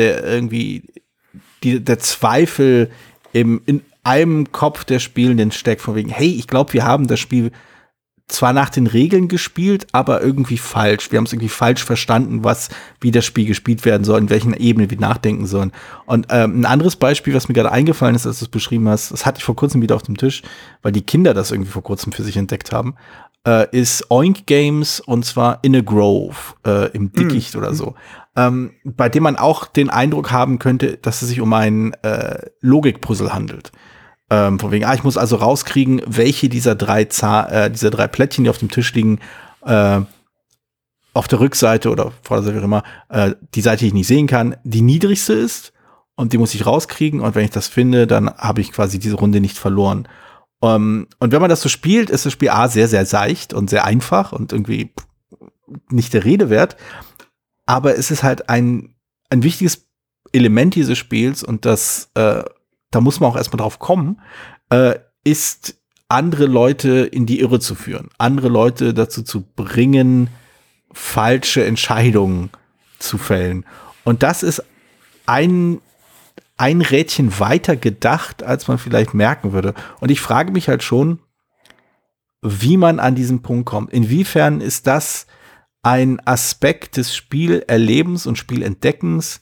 Zweifel in einem Kopf der Spielenden steckt, von wegen, hey, ich glaube, wir haben das Spiel zwar nach den Regeln gespielt, aber irgendwie falsch. Wir haben es irgendwie falsch verstanden, wie das Spiel gespielt werden soll, in welchen Ebenen wir nachdenken sollen. Und ein anderes Beispiel, was mir gerade eingefallen ist, als du es beschrieben hast, das hatte ich vor kurzem wieder auf dem Tisch, weil die Kinder das irgendwie vor kurzem für sich entdeckt haben, ist Oink Games, und zwar in a Grove, im Dickicht oder so. Bei dem man auch den Eindruck haben könnte, dass es sich um ein Logikpuzzle handelt. Von wegen, ich muss also rauskriegen, welche dieser drei Plättchen, die auf dem Tisch liegen, auf der Rückseite oder Vorderseite, wie auch immer, die Seite, die ich nicht sehen kann, die niedrigste ist, und die muss ich rauskriegen, und wenn ich das finde, dann habe ich quasi diese Runde nicht verloren. Und wenn man das so spielt, ist das Spiel sehr, sehr seicht und sehr einfach und irgendwie nicht der Rede wert, aber es ist halt ein wichtiges Element dieses Spiels, und das da muss man auch erstmal drauf kommen, ist, andere Leute in die Irre zu führen, andere Leute dazu zu bringen, falsche Entscheidungen zu fällen. Und das ist ein Rädchen weiter gedacht, als man vielleicht merken würde. Und ich frage mich halt schon, wie man an diesen Punkt kommt. Inwiefern ist das ein Aspekt des Spielerlebens und Spielentdeckens,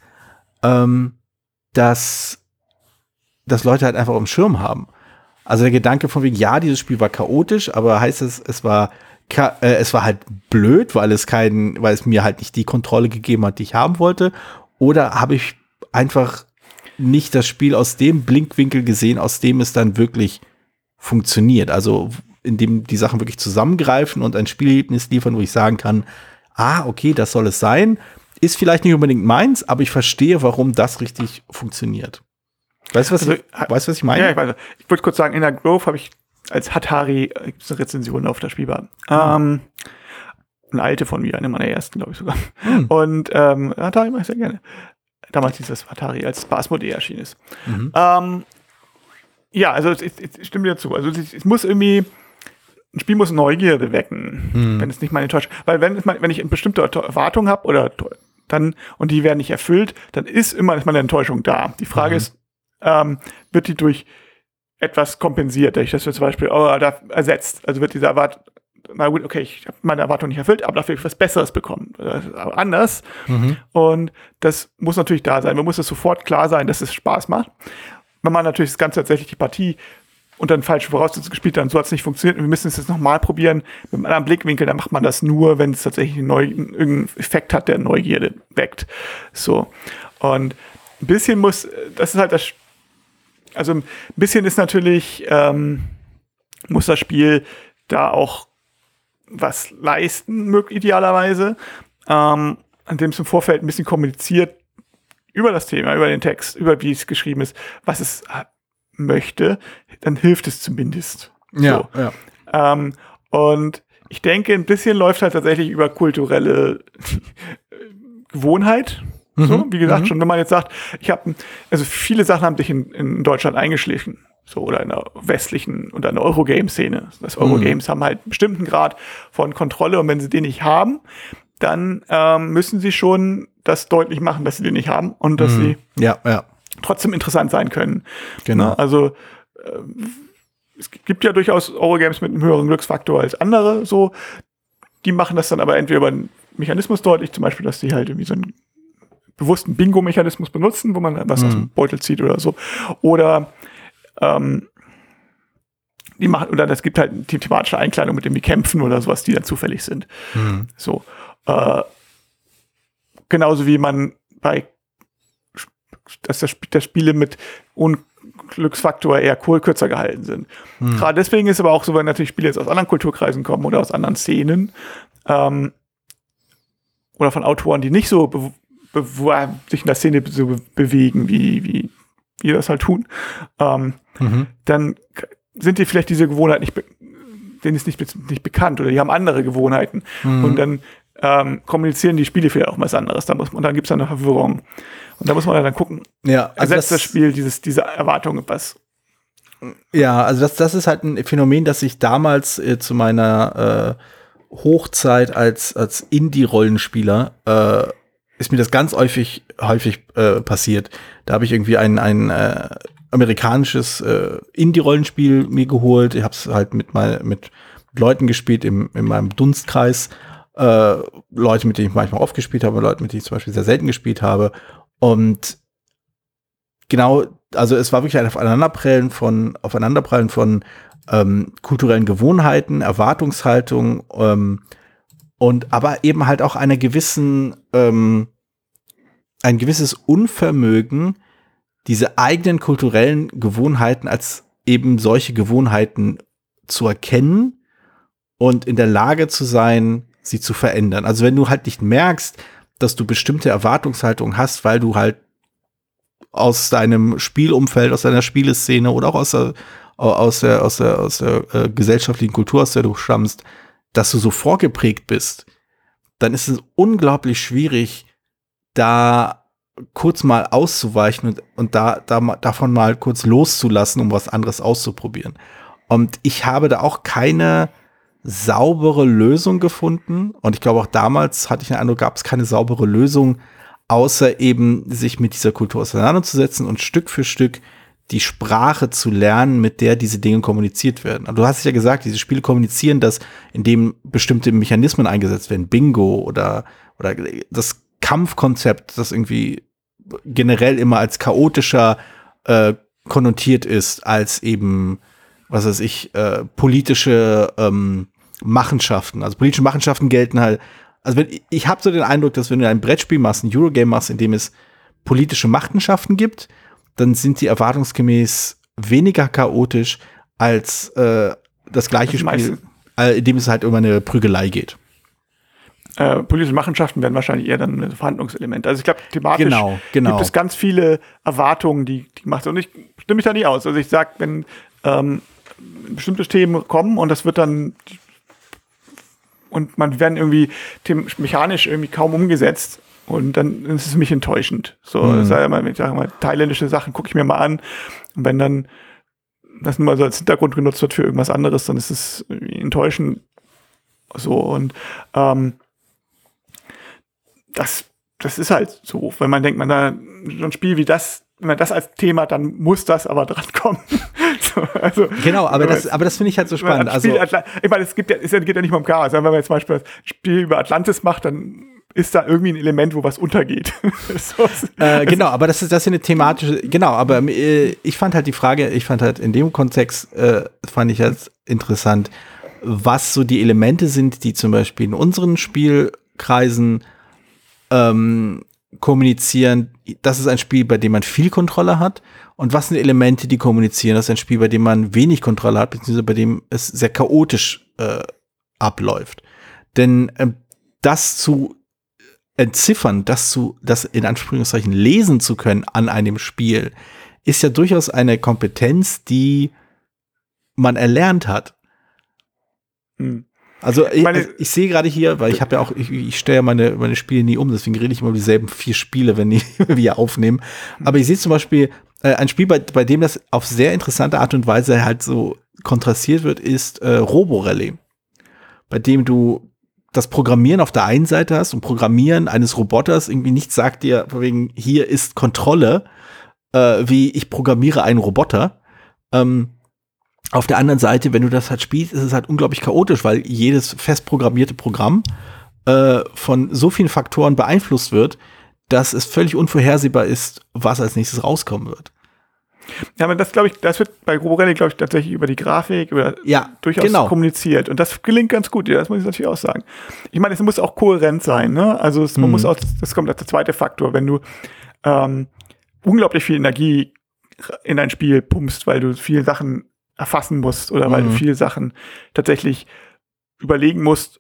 dass Leute halt einfach im Schirm haben. Also der Gedanke von wegen, ja, dieses Spiel war chaotisch, aber heißt es war halt blöd, weil es mir halt nicht die Kontrolle gegeben hat, die ich haben wollte, oder habe ich einfach nicht das Spiel aus dem Blickwinkel gesehen, aus dem es dann wirklich funktioniert. Also in dem die Sachen wirklich zusammengreifen und ein Spielerlebnis liefern, wo ich sagen kann, okay, das soll es sein. Ist vielleicht nicht unbedingt meins, aber ich verstehe, warum das richtig funktioniert. Weißt du, was ich meine? Ja, ich weiß. Ich würde kurz sagen, in der Grove habe ich als Hatari, gibt's eine Rezension auf der Spielbar. Eine alte von mir, eine meiner ersten, glaube ich sogar. Und Hatari mache ich sehr gerne. Damals hieß das Atari, als Basmodee erschienen ist. Ja, also ich stimme dir zu. Also es muss irgendwie, ein Spiel muss Neugierde wecken, wenn es nicht meine Enttäuschung. Weil wenn ich eine bestimmte Erwartung habe und die werden nicht erfüllt, dann ist meine Enttäuschung da. Die Frage ist, wird die durch etwas kompensiert, dadurch, dass wir zum Beispiel da ersetzt. Also wird diese Erwartung, na gut, okay, ich habe meine Erwartung nicht erfüllt, aber dafür habe ich was Besseres bekommen. Anders. Und das muss natürlich da sein. Man muss es sofort klar sein, dass es Spaß macht. Wenn man natürlich das Ganze tatsächlich die Partie unter den falschen Voraussetzungen gespielt hat und so hat es nicht funktioniert und wir müssen es jetzt nochmal probieren mit einem anderen Blickwinkel, dann macht man das nur, wenn es tatsächlich irgendeinen Effekt hat, der Neugierde weckt. So. Und ein bisschen das ist halt also ein bisschen ist natürlich, muss das Spiel da auch was leisten, idealerweise, an dem es im Vorfeld ein bisschen kommuniziert über das Thema, über den Text, über wie es geschrieben ist, was es möchte, dann hilft es zumindest. Ja, so. Ja. Und ich denke, ein bisschen läuft halt tatsächlich über kulturelle Gewohnheit. So, wie gesagt, schon wenn man jetzt sagt, also viele Sachen haben sich in Deutschland eingeschlichen. So, oder in der westlichen oder in der Eurogame-Szene. Das Eurogames haben halt einen bestimmten Grad von Kontrolle und wenn sie den nicht haben, dann müssen sie schon das deutlich machen, dass sie den nicht haben und dass sie trotzdem interessant sein können. Genau. Ne? Also es gibt ja durchaus Eurogames mit einem höheren Glücksfaktor als andere, so. Die machen das dann aber entweder über einen Mechanismus deutlich, zum Beispiel, dass die halt irgendwie so einen bewussten Bingo-Mechanismus benutzen, wo man was aus dem Beutel zieht oder so. Oder die machen, oder das gibt halt eine thematische Einkleidung mit dem die kämpfen oder sowas, die dann zufällig sind. So. Genauso wie man dass Spiele mit Unglücksfaktor eher kürzer gehalten sind. Gerade deswegen ist aber auch so, wenn natürlich Spiele jetzt aus anderen Kulturkreisen kommen oder aus anderen Szenen oder von Autoren, die nicht so sich in der Szene so bewegen, wie wir das halt tun, dann sind die vielleicht diese Gewohnheit denen ist nicht bekannt oder die haben andere Gewohnheiten und dann kommunizieren die Spiele vielleicht auch was anderes. Und dann gibt es eine Verwirrung. Und da muss man dann gucken, ersetzt das Spiel diese Erwartung was. Ja, also das ist halt ein Phänomen, das sich damals zu meiner Hochzeit als Indie-Rollenspieler ist mir das ganz häufig passiert. Da habe ich irgendwie ein amerikanisches Indie-Rollenspiel mir geholt. Ich habe es halt mit Leuten gespielt in meinem Dunstkreis. Leute, mit denen ich manchmal oft gespielt habe, Leute, mit denen ich zum Beispiel sehr selten gespielt habe. Und genau, also es war wirklich ein Aufeinanderprallen von kulturellen Gewohnheiten, Erwartungshaltung und aber eben halt auch ein gewisses Unvermögen, diese eigenen kulturellen Gewohnheiten als eben solche Gewohnheiten zu erkennen und in der Lage zu sein, sie zu verändern. Also wenn du halt nicht merkst, dass du bestimmte Erwartungshaltung hast, weil du halt aus deinem Spielumfeld, aus deiner Spieleszene oder auch aus der gesellschaftlichen Kultur, aus der du stammst, dass du so vorgeprägt bist, dann ist es unglaublich schwierig, da kurz mal auszuweichen und davon mal kurz loszulassen, um was anderes auszuprobieren. Und ich habe da auch keine saubere Lösung gefunden. Und ich glaube, auch damals hatte ich den Eindruck, gab es keine saubere Lösung, außer eben sich mit dieser Kultur auseinanderzusetzen und Stück für Stück die Sprache zu lernen, mit der diese Dinge kommuniziert werden. Also du hast ja gesagt, diese Spiele kommunizieren das, indem bestimmte Mechanismen eingesetzt werden, Bingo oder das Kampfkonzept, das irgendwie generell immer als chaotischer konnotiert ist, als eben, was weiß ich, politische Machenschaften. Also politische Machenschaften gelten halt, also ich habe so den Eindruck, dass wenn du ein Brettspiel machst, ein Eurogame machst, in dem es politische Machenschaften gibt, dann sind die erwartungsgemäß weniger chaotisch als das gleiche Spiel, in dem es halt um eine Prügelei geht. Politische Machenschaften werden wahrscheinlich eher dann ein Verhandlungselement. Also ich glaube, thematisch gibt es ganz viele Erwartungen, die gemacht sind. Und ich stimme mich da nicht aus. Also ich sage, wenn bestimmte Themen kommen und das wird dann und man werden irgendwie mechanisch irgendwie kaum umgesetzt und dann ist es mich enttäuschend. So, sag mal, ich sage mal, thailändische Sachen gucke ich mir mal an und wenn dann das nur mal so als Hintergrund genutzt wird für irgendwas anderes, dann ist es enttäuschend. So und das ist halt so, wenn man denkt, man da so ein Spiel wie das, wenn man das als Thema hat, dann muss das aber dran kommen. So, also, genau, aber das finde ich halt so spannend. Ich meine, es geht ja nicht mal um Chaos. Wenn man jetzt zum Beispiel das Spiel über Atlantis macht, dann ist da irgendwie ein Element, wo was untergeht. Genau, aber das ist eine thematische, genau, aber ich fand halt in dem Kontext, fand ich halt interessant, was so die Elemente sind, die zum Beispiel in unseren Spielkreisen kommunizieren, das ist ein Spiel, bei dem man viel Kontrolle hat, und was sind Elemente, die kommunizieren, das ist ein Spiel, bei dem man wenig Kontrolle hat, beziehungsweise bei dem es sehr chaotisch abläuft. Denn das zu entziffern, das in Anführungszeichen lesen zu können an einem Spiel, ist ja durchaus eine Kompetenz, die man erlernt hat. Also ich sehe gerade hier, weil ich habe ja auch, ich stelle ja meine Spiele nie um, deswegen rede ich immer über dieselben 4 Spiele, wenn wir aufnehmen. Aber ich sehe zum Beispiel ein Spiel, bei dem das auf sehr interessante Art und Weise halt so kontrastiert wird, ist Roborally, bei dem du das Programmieren auf der einen Seite hast und Programmieren eines Roboters irgendwie nicht sagt dir, von wegen, hier ist Kontrolle, wie ich programmiere einen Roboter. Auf der anderen Seite, wenn du das halt spielst, ist es halt unglaublich chaotisch, weil jedes fest programmierte Programm von so vielen Faktoren beeinflusst wird, dass es völlig unvorhersehbar ist, was als nächstes rauskommen wird. Ja, aber das, glaube ich, das wird bei Roborally, glaube ich, tatsächlich über die Grafik durchaus kommuniziert. Und das gelingt ganz gut, ja, das muss ich natürlich auch sagen. Ich meine, es muss auch kohärent sein, ne? Also man muss auch, das kommt als der zweite Faktor, wenn du unglaublich viel Energie in ein Spiel pumpst, weil du viele Sachen erfassen musst oder weil du viele Sachen tatsächlich überlegen musst,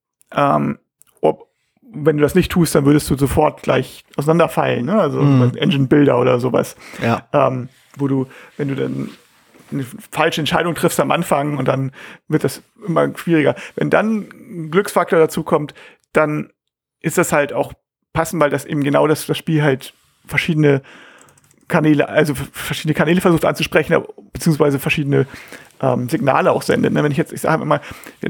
wenn du das nicht tust, dann würdest du sofort gleich auseinanderfallen, ne? Also Engine Builder oder sowas. Ja. Wenn du dann eine falsche Entscheidung triffst am Anfang und dann wird das immer schwieriger. Wenn dann ein Glücksfaktor dazu kommt, dann ist das halt auch passend, weil das eben genau das Spiel halt verschiedene Kanäle versucht anzusprechen, beziehungsweise verschiedene Signale auch sendet. Ne? Wenn ich sage mal,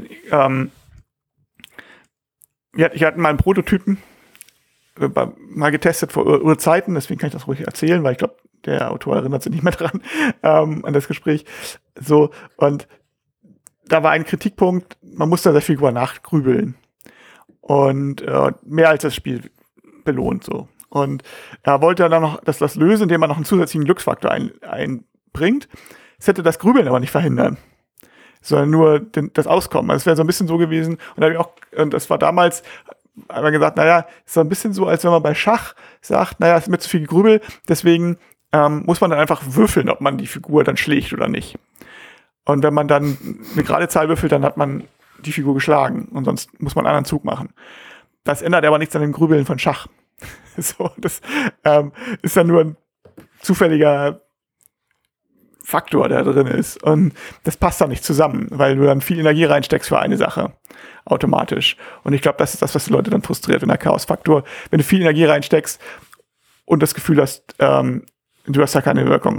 ich hatte mal einen Prototypen mal getestet vor Urzeiten, deswegen kann ich das ruhig erzählen, weil ich glaube, der Autor erinnert sich nicht mehr dran an das Gespräch. So, und da war ein Kritikpunkt, man musste sehr viel über nachgrübeln und mehr als das Spiel belohnt. So. Und er wollte dann noch das lösen, indem man noch einen zusätzlichen Glücksfaktor einbringt. Es hätte das Grübeln aber nicht verhindern, sondern nur das Auskommen. Also es wäre so ein bisschen so gewesen. Und das war damals, haben wir gesagt, naja, ist so ein bisschen so, als wenn man bei Schach sagt, naja, es ist mir zu viel Gegrübel, deswegen muss man dann einfach würfeln, ob man die Figur dann schlägt oder nicht. Und wenn man dann eine gerade Zahl würfelt, dann hat man die Figur geschlagen und sonst muss man einen anderen Zug machen. Das ändert aber nichts an dem Grübeln von Schach. So, das ist dann nur ein zufälliger Faktor, der drin ist. Und das passt dann nicht zusammen, weil du dann viel Energie reinsteckst für eine Sache automatisch. Und ich glaube, das ist das, was die Leute dann frustriert, wenn der Chaos-Faktor, wenn du viel Energie reinsteckst und das Gefühl hast, du hast da keine Wirkung.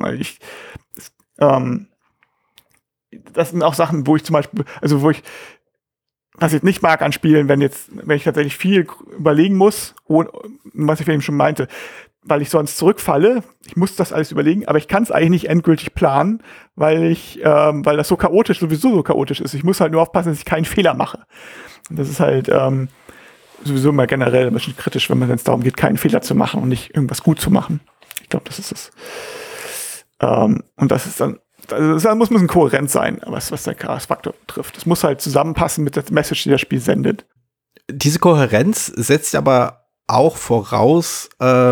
Das sind auch Sachen, wo ich zum Beispiel, was ich nicht mag an Spielen, wenn ich tatsächlich viel überlegen muss, was ich eben schon meinte, weil ich sonst zurückfalle, ich muss das alles überlegen, aber ich kann es eigentlich nicht endgültig planen, weil das sowieso so chaotisch ist. Ich muss halt nur aufpassen, dass ich keinen Fehler mache. Und das ist halt sowieso immer generell ein bisschen kritisch, wenn es darum geht, keinen Fehler zu machen und nicht irgendwas gut zu machen. Ich glaube, das ist es. Und das ist dann, da muss ein bisschen kohärent sein, was der Chaos-Faktor betrifft. Es muss halt zusammenpassen mit der Message, die das Spiel sendet. Diese Kohärenz setzt aber auch voraus,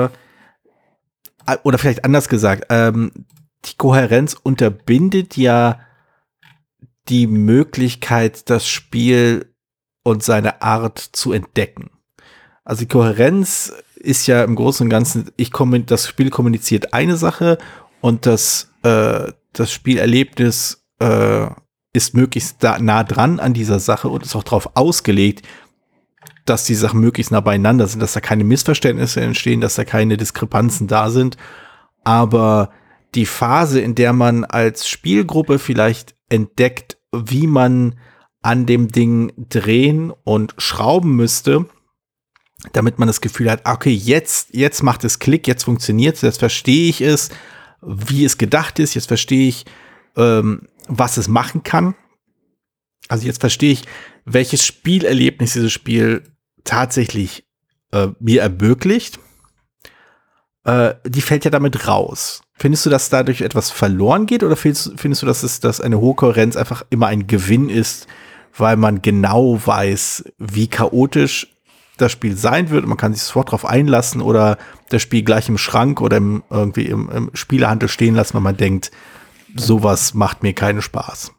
oder vielleicht anders gesagt, die Kohärenz unterbindet ja die Möglichkeit, das Spiel und seine Art zu entdecken. Also die Kohärenz ist ja im Großen und Ganzen, das Spiel kommuniziert eine Sache und das Spielerlebnis ist möglichst nah dran an dieser Sache und ist auch darauf ausgelegt, dass die Sachen möglichst nah beieinander sind, dass da keine Missverständnisse entstehen, dass da keine Diskrepanzen da sind. Aber die Phase, in der man als Spielgruppe vielleicht entdeckt, wie man an dem Ding drehen und schrauben müsste, damit man das Gefühl hat, okay, jetzt macht es Klick, jetzt funktioniert es, jetzt verstehe ich es, wie es gedacht ist, jetzt verstehe ich, was es machen kann. Also jetzt verstehe ich, welches Spielerlebnis dieses Spiel tatsächlich mir ermöglicht. Die fällt ja damit raus. Findest du, dass dadurch etwas verloren geht oder findest du, dass eine hohe Kohärenz einfach immer ein Gewinn ist, weil man genau weiß, wie chaotisch das Spiel sein wird und man kann sich sofort drauf einlassen oder das Spiel gleich im Schrank oder im Spielehandel stehen lassen, wenn man denkt, sowas macht mir keinen Spaß?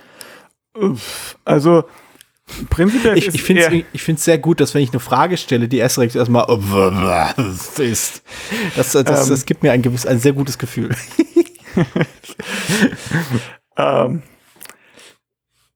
Also prinzipiell ich finde es sehr gut, dass wenn ich eine Frage stelle, die erst direkt erstmal ist. Das gibt mir ein sehr gutes Gefühl.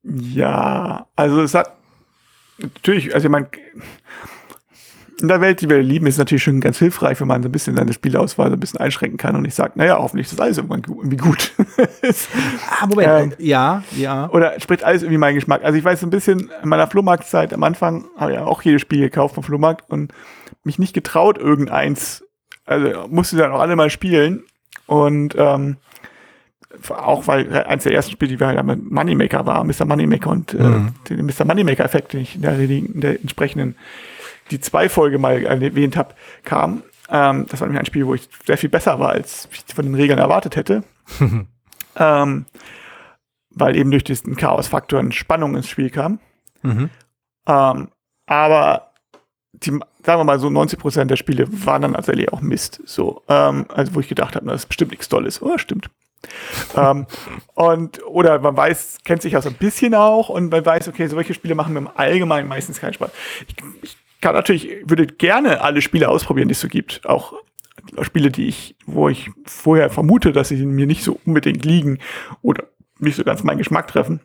Ja, also es hat natürlich, also ich meine, in der Welt, die wir lieben, ist es natürlich schon ganz hilfreich, wenn man so ein bisschen seine Spielauswahl so ein bisschen einschränken kann und nicht sagt, naja, hoffentlich ist das alles irgendwie gut. Moment, ja. Oder spricht alles irgendwie meinen Geschmack. Also ich weiß so ein bisschen, in meiner Flohmarktzeit am Anfang habe ich ja auch jedes Spiel gekauft vom Flohmarkt und mich nicht getraut, irgendeins, also musste dann auch alle mal spielen und auch weil eins der ersten Spiele, die wir halt mit Moneymaker war, Mr. Moneymaker und den Mr. Moneymaker-Effekt, den ich in der entsprechenden die 2-Folge mal erwähnt habe, kam. Das war nämlich ein Spiel, wo ich sehr viel besser war, als ich von den Regeln erwartet hätte. Weil eben durch diesen Chaos-Faktor eine Spannung ins Spiel kam. Aber sagen wir mal so 90% der Spiele waren dann tatsächlich auch Mist. So, also wo ich gedacht habe, das ist bestimmt nichts Tolles. Oh, stimmt. Oder man weiß, kennt sich auch so ein bisschen auch und man weiß, okay, solche Spiele machen mir im Allgemeinen meistens keinen Spaß. Ich würde gerne alle Spiele ausprobieren, die es so gibt. Auch Spiele, wo ich vorher vermute, dass sie mir nicht so unbedingt liegen oder nicht so ganz meinen Geschmack treffen.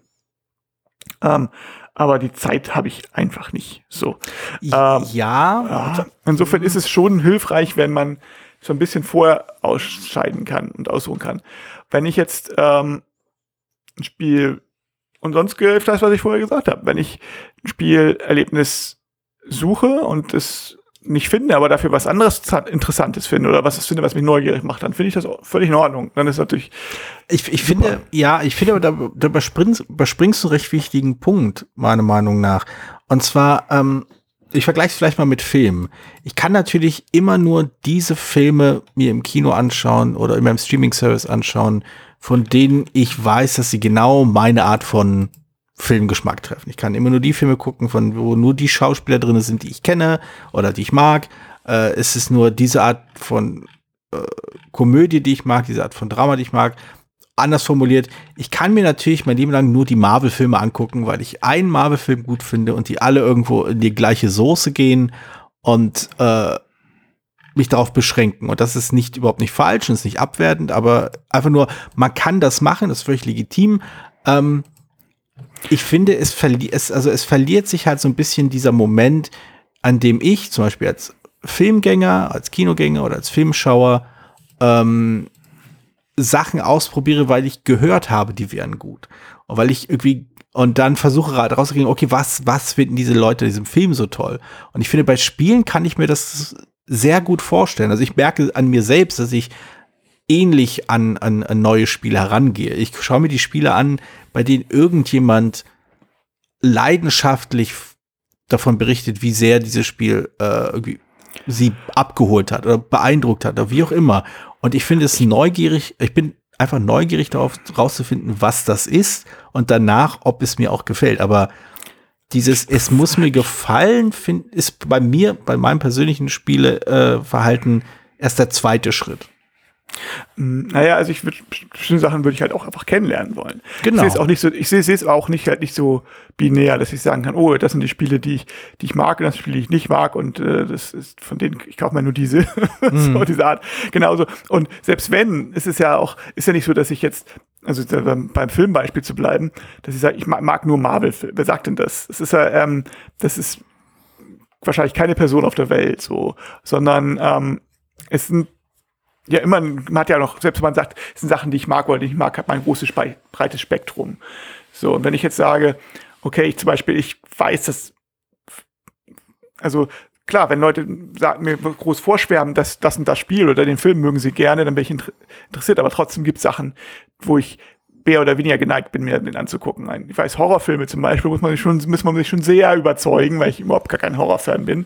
Aber die Zeit habe ich einfach nicht. So. Insofern ist es schon hilfreich, wenn man so ein bisschen vorher ausscheiden kann und aussuchen kann. Wenn ich jetzt ein Spiel, und sonst gilt das, was ich vorher gesagt habe, wenn ich ein Spielerlebnis suche und es nicht finde, aber dafür was anderes Interessantes finde oder was mich neugierig macht, dann finde ich das auch völlig in Ordnung. Dann ist natürlich ich finde, aber da überspringst du einen recht wichtigen Punkt, meiner Meinung nach. Und zwar, ich vergleiche es vielleicht mal mit Filmen. Ich kann natürlich immer nur diese Filme mir im Kino anschauen oder in meinem Streaming-Service anschauen, von denen ich weiß, dass sie genau meine Art von Filmgeschmack treffen. Ich kann immer nur die Filme gucken, wo nur die Schauspieler drin sind, die ich kenne oder die ich mag. Es ist nur diese Art von Komödie, die ich mag, diese Art von Drama, die ich mag. Anders formuliert, ich kann mir natürlich mein Leben lang nur die Marvel-Filme angucken, weil ich einen Marvel-Film gut finde und die alle irgendwo in die gleiche Soße gehen und mich darauf beschränken. Und das ist überhaupt nicht falsch und ist nicht abwertend, aber einfach nur, man kann das machen, das ist völlig legitim. Ich finde, es verliert sich halt so ein bisschen dieser Moment, an dem ich zum Beispiel als Filmgänger, als Kinogänger oder als Filmschauer Sachen ausprobiere, weil ich gehört habe, die wären gut. Und weil ich und dann versuche rauszukriegen, okay, was finden diese Leute in diesem Film so toll? Und ich finde, bei Spielen kann ich mir das sehr gut vorstellen. Also ich merke an mir selbst, dass ich ähnlich an neue Spiele herangehe. Ich schaue mir die Spiele an, bei denen irgendjemand leidenschaftlich davon berichtet, wie sehr dieses Spiel irgendwie sie abgeholt hat oder beeindruckt hat oder wie auch immer. Und ich finde es ich bin einfach neugierig darauf rauszufinden, was das ist und danach, ob es mir auch gefällt. Aber es muss mir gefallen, ist bei meinem persönlichen Spieleverhalten erst der zweite Schritt. Naja, also bestimmte Sachen würde ich halt auch einfach kennenlernen wollen. Genau. Ich sehe es auch nicht so binär, dass ich sagen kann, oh, das sind die Spiele, die ich mag und das sind Spiele, die ich nicht mag und das ist von denen, ich kaufe mir nur diese, so diese Art. Genauso. Und selbst wenn, ist ja nicht so, dass ich jetzt, also beim Filmbeispiel zu bleiben, dass ich sage, ich mag nur Marvel-Filme. Wer sagt denn das? Das ist wahrscheinlich keine Person auf der Welt so, sondern es sind ja, immer, man hat ja noch, selbst wenn man sagt, es sind Sachen, die ich mag oder die ich mag, hat man ein großes, breites Spektrum. So, und wenn ich jetzt sage, okay, ich weiß, dass, also klar, wenn Leute mir groß vorschwärmen, dass das und das Spiel oder den Film mögen sie gerne, dann bin ich interessiert, aber trotzdem gibt es Sachen, wo ich mehr oder weniger geneigt bin, mir den anzugucken. Ich weiß, Horrorfilme zum Beispiel muss man sich schon sehr überzeugen, weil ich überhaupt gar kein Horrorfan bin.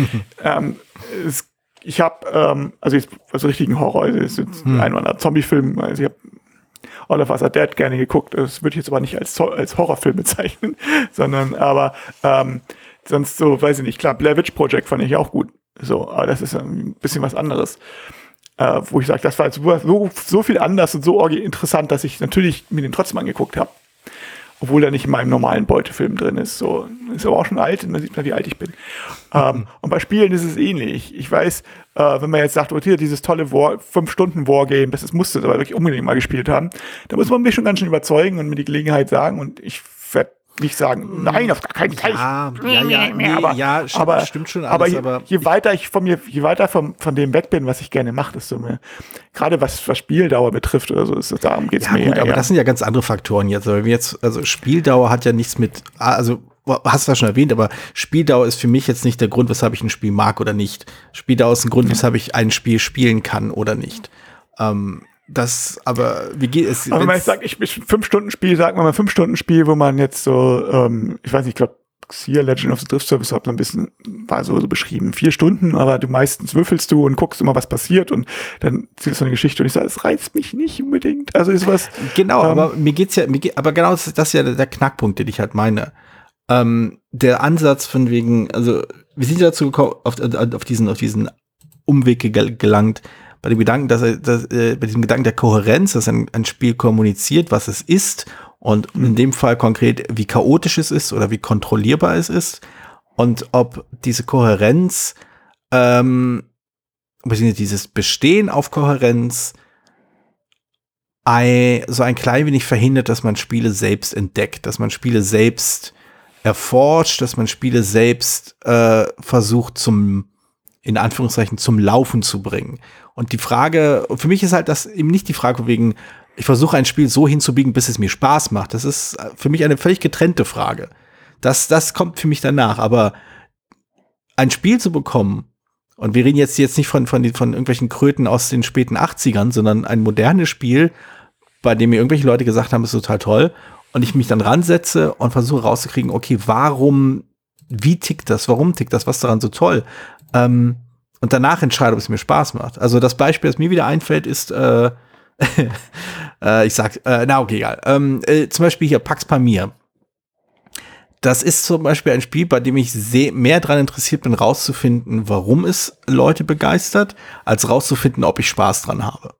Ich habe, also richtigen Horror, also es ist ein oder anderer Zombie-Film, also ich habe All of Us Are Dead gerne geguckt, das würde ich jetzt aber nicht als Horrorfilm bezeichnen, sondern aber sonst so, weiß ich nicht, klar, Blair Witch Project fand ich auch gut, so, aber das ist ein bisschen was anderes, wo ich sage, das war jetzt so viel anders und so interessant, dass ich natürlich mir den trotzdem angeguckt habe. Obwohl er nicht in meinem normalen Beutefilm drin ist. So, ist aber auch schon alt und man sieht mal, wie alt ich bin. Und bei Spielen ist es ähnlich. Ich weiß, wenn man jetzt sagt, oh, hier, dieses tolle 5-Stunden-Wargame, das musste aber wirklich unbedingt mal gespielt haben, da muss man mich schon ganz schön überzeugen und mir die Gelegenheit sagen und ich werde nicht sagen, nein, auf gar keinen Fall. Stimmt schon alles, aber je weiter ich von dem weg bin, was ich gerne mache, desto mehr. Gerade was Spieldauer betrifft oder so, darum geht's mir. Gut, aber das sind ja ganz andere Faktoren jetzt. Also Spieldauer hat ja nichts mit, also hast du das schon erwähnt, aber Spieldauer ist für mich jetzt nicht der Grund, weshalb ich ein Spiel mag oder nicht. Spieldauer ist ein Grund, weshalb ich ein Spiel spielen kann oder nicht. Wie geht es? Aber wenn ich sage, ich 5 Stunden Spiel, sagen wir mal 5 Stunden Spiel, wo man jetzt so, ich weiß nicht, ich glaube, Xia Legend of the Drift Service hat so ein bisschen, war so beschrieben, 4 Stunden, aber du meistens würfelst du und guckst immer, was passiert und dann zählst du eine Geschichte und ich sage, es reizt mich nicht unbedingt. Also ist was. Genau, aber genau das ist ja der Knackpunkt, den ich halt meine. Der Ansatz von wegen, also wir sind ja dazu gekommen, auf diesen Umweg gelangt, bei dem Gedanken, bei diesem Gedanken der Kohärenz, dass ein Spiel kommuniziert, was es ist und in dem Fall konkret, wie chaotisch es ist oder wie kontrollierbar es ist und ob diese Kohärenz, beziehungsweise dieses Bestehen auf Kohärenz so ein klein wenig verhindert, dass man Spiele selbst entdeckt, dass man Spiele selbst erforscht, dass man Spiele selbst versucht in Anführungszeichen zum Laufen zu bringen. Und die Frage, für mich ist halt das eben nicht die Frage wegen, ich versuche ein Spiel so hinzubiegen, bis es mir Spaß macht. Das ist für mich eine völlig getrennte Frage. Das kommt für mich danach. Aber ein Spiel zu bekommen, und wir reden jetzt nicht von irgendwelchen Kröten aus den späten 80ern, sondern ein modernes Spiel, bei dem mir irgendwelche Leute gesagt haben, ist total toll, und ich mich dann ransetze und versuche rauszukriegen, okay, wie tickt das, warum tickt das, was daran so toll? Und danach entscheide, ob es mir Spaß macht. Also das Beispiel, das mir wieder einfällt, ist, egal. Zum Beispiel hier Pax Pamir. Das ist zum Beispiel ein Spiel, bei dem ich mehr daran interessiert bin, rauszufinden, warum es Leute begeistert, als rauszufinden, ob ich Spaß dran habe.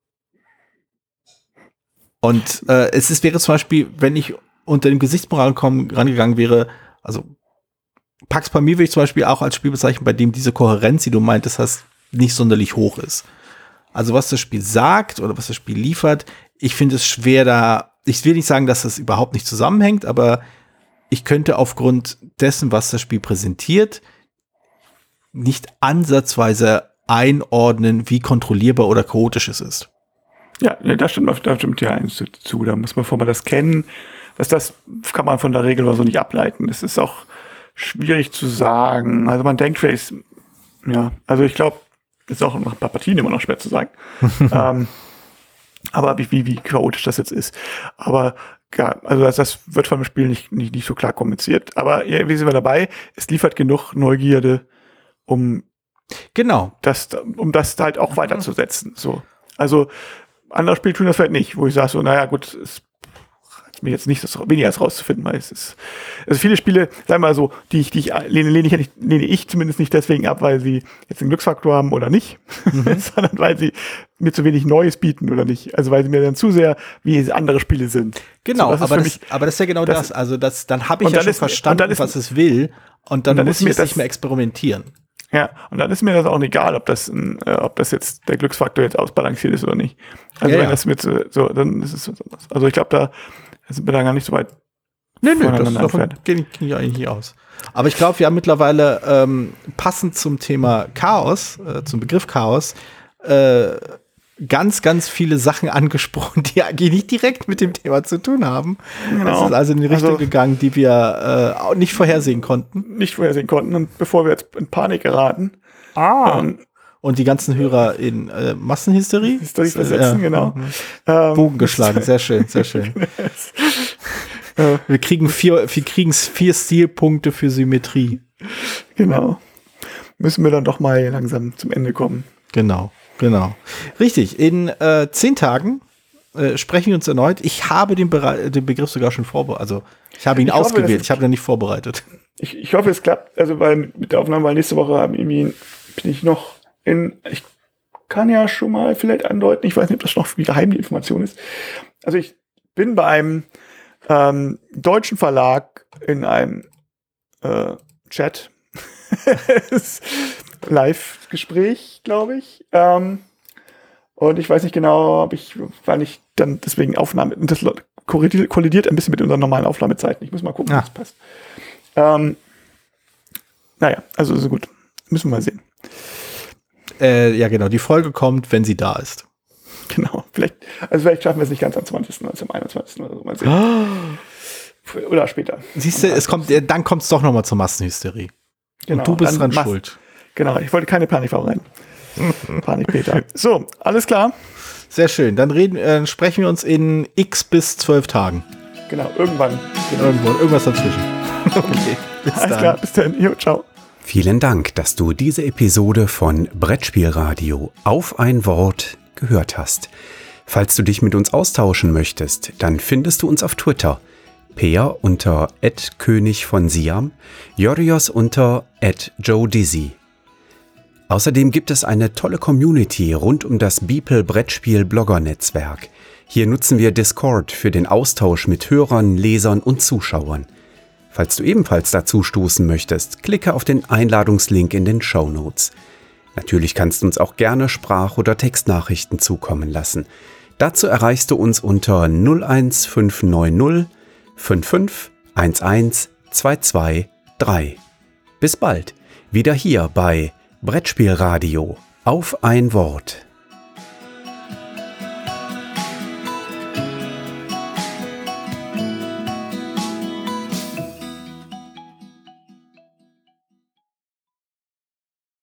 Und wäre zum Beispiel, wenn ich unter dem Gesichtsmoral rangegangen wäre, also Pax Pamir würde ich zum Beispiel auch als Spiel bezeichnen, bei dem diese Kohärenz, die du meintest hast, nicht sonderlich hoch ist. Also was das Spiel sagt oder was das Spiel liefert, ich finde es schwer ich will nicht sagen, dass das überhaupt nicht zusammenhängt, aber ich könnte aufgrund dessen, was das Spiel präsentiert, nicht ansatzweise einordnen, wie kontrollierbar oder chaotisch es ist. Ja, da stimmt ja eins zu. Da muss man, bevor man das kennen, das kann man von der Regel oder so nicht ableiten. Das ist auch schwierig zu sagen. Also man denkt vielleicht, also ich glaube, das ist auch nach ein paar Partien immer noch schwer zu sagen. Aber wie chaotisch das jetzt ist. Aber ja, also das wird vom Spiel nicht so klar kommuniziert. Aber ja, wie sind wir dabei? Es liefert genug Neugierde, um das halt auch weiterzusetzen. So. Also andere Spiele tun das vielleicht nicht, wo ich sage so, naja gut, es mir jetzt nicht das weniger als rauszufinden, weil es ist, also viele Spiele, sagen wir mal so, die ich lehne ich zumindest nicht deswegen ab, weil sie jetzt einen Glücksfaktor haben oder nicht, sondern weil sie mir zu wenig Neues bieten oder nicht. Also weil sie mir dann zu sehr wie andere Spiele sind. Genau, so, aber das ist ja genau das. Also dann habe ich ja schon verstanden, was es will, und dann muss ich es nicht mehr experimentieren. Ja, und dann ist mir das auch egal, ob das jetzt der Glücksfaktor jetzt ausbalanciert ist oder nicht. Also wenn das mit so, dann ist es was. Also ich glaube, da sind wir da gar nicht so weit. Nee, davon gehe ich eigentlich nicht aus. Aber ich glaube, wir haben mittlerweile passend zum Thema Chaos, zum Begriff Chaos, ganz, ganz viele Sachen angesprochen, die eigentlich nicht direkt mit dem Thema zu tun haben. Genau. Das ist also in die Richtung gegangen, die wir auch nicht vorhersehen konnten. Und bevor wir jetzt in Panik geraten. Und die ganzen Hörer in Massenhysterie versetzen, genau. Bogen geschlagen, sehr schön, sehr schön. Wir kriegen 4 Stilpunkte für Symmetrie. Genau. Müssen wir dann doch mal langsam zum Ende kommen. Genau. Richtig, in 10 Tagen sprechen wir uns erneut. Ich habe den Begriff sogar schon vorbereitet. Also ich habe ihn ausgewählt, ich habe ihn nicht vorbereitet. Ich hoffe, es klappt. Also weil mit der Aufnahme, weil nächste Woche bin ich noch ich kann ja schon mal vielleicht andeuten, ich weiß nicht, ob das noch wie geheim die Information ist. Also ich bin bei einem deutschen Verlag in einem Chat, Live-Gespräch, glaube ich. Und ich weiß nicht genau, wann ich dann deswegen Aufnahme, und das kollidiert ein bisschen mit unseren normalen Aufnahmezeiten. Ich muss mal gucken, wie das passt. Naja, also so gut. Müssen wir mal sehen. Ja, genau. Die Folge kommt, wenn sie da ist. Genau. Vielleicht schaffen wir es nicht ganz am 20., also am 21. oder so. Mal sehen. Oder später. Siehst du, dann kommt es doch nochmal zur Massenhysterie. Genau. Und du bist dran schuld. Genau, ich wollte keine Panik verbreiten. Panik-Peter. So, alles klar. Sehr schön. Dann sprechen wir uns in x bis 12 Tagen. Genau, irgendwann. Genau. Irgendwas dazwischen. Okay, bis alles dann. Klar, bis dann. Jo, ciao. Vielen Dank, dass du diese Episode von Brettspielradio auf ein Wort gehört hast. Falls du dich mit uns austauschen möchtest, dann findest du uns auf Twitter. Peer unter @König von Siam, Jorios unter @JoeDizzy. Außerdem gibt es eine tolle Community rund um das Beeple Brettspiel Blogger-Netzwerk. Hier nutzen wir Discord für den Austausch mit Hörern, Lesern und Zuschauern. Falls du ebenfalls dazu stoßen möchtest, klicke auf den Einladungslink in den Shownotes. Natürlich kannst du uns auch gerne Sprach- oder Textnachrichten zukommen lassen. Dazu erreichst du uns unter 01590 55 11 223. Bis bald, wieder hier bei Brettspielradio auf ein Wort.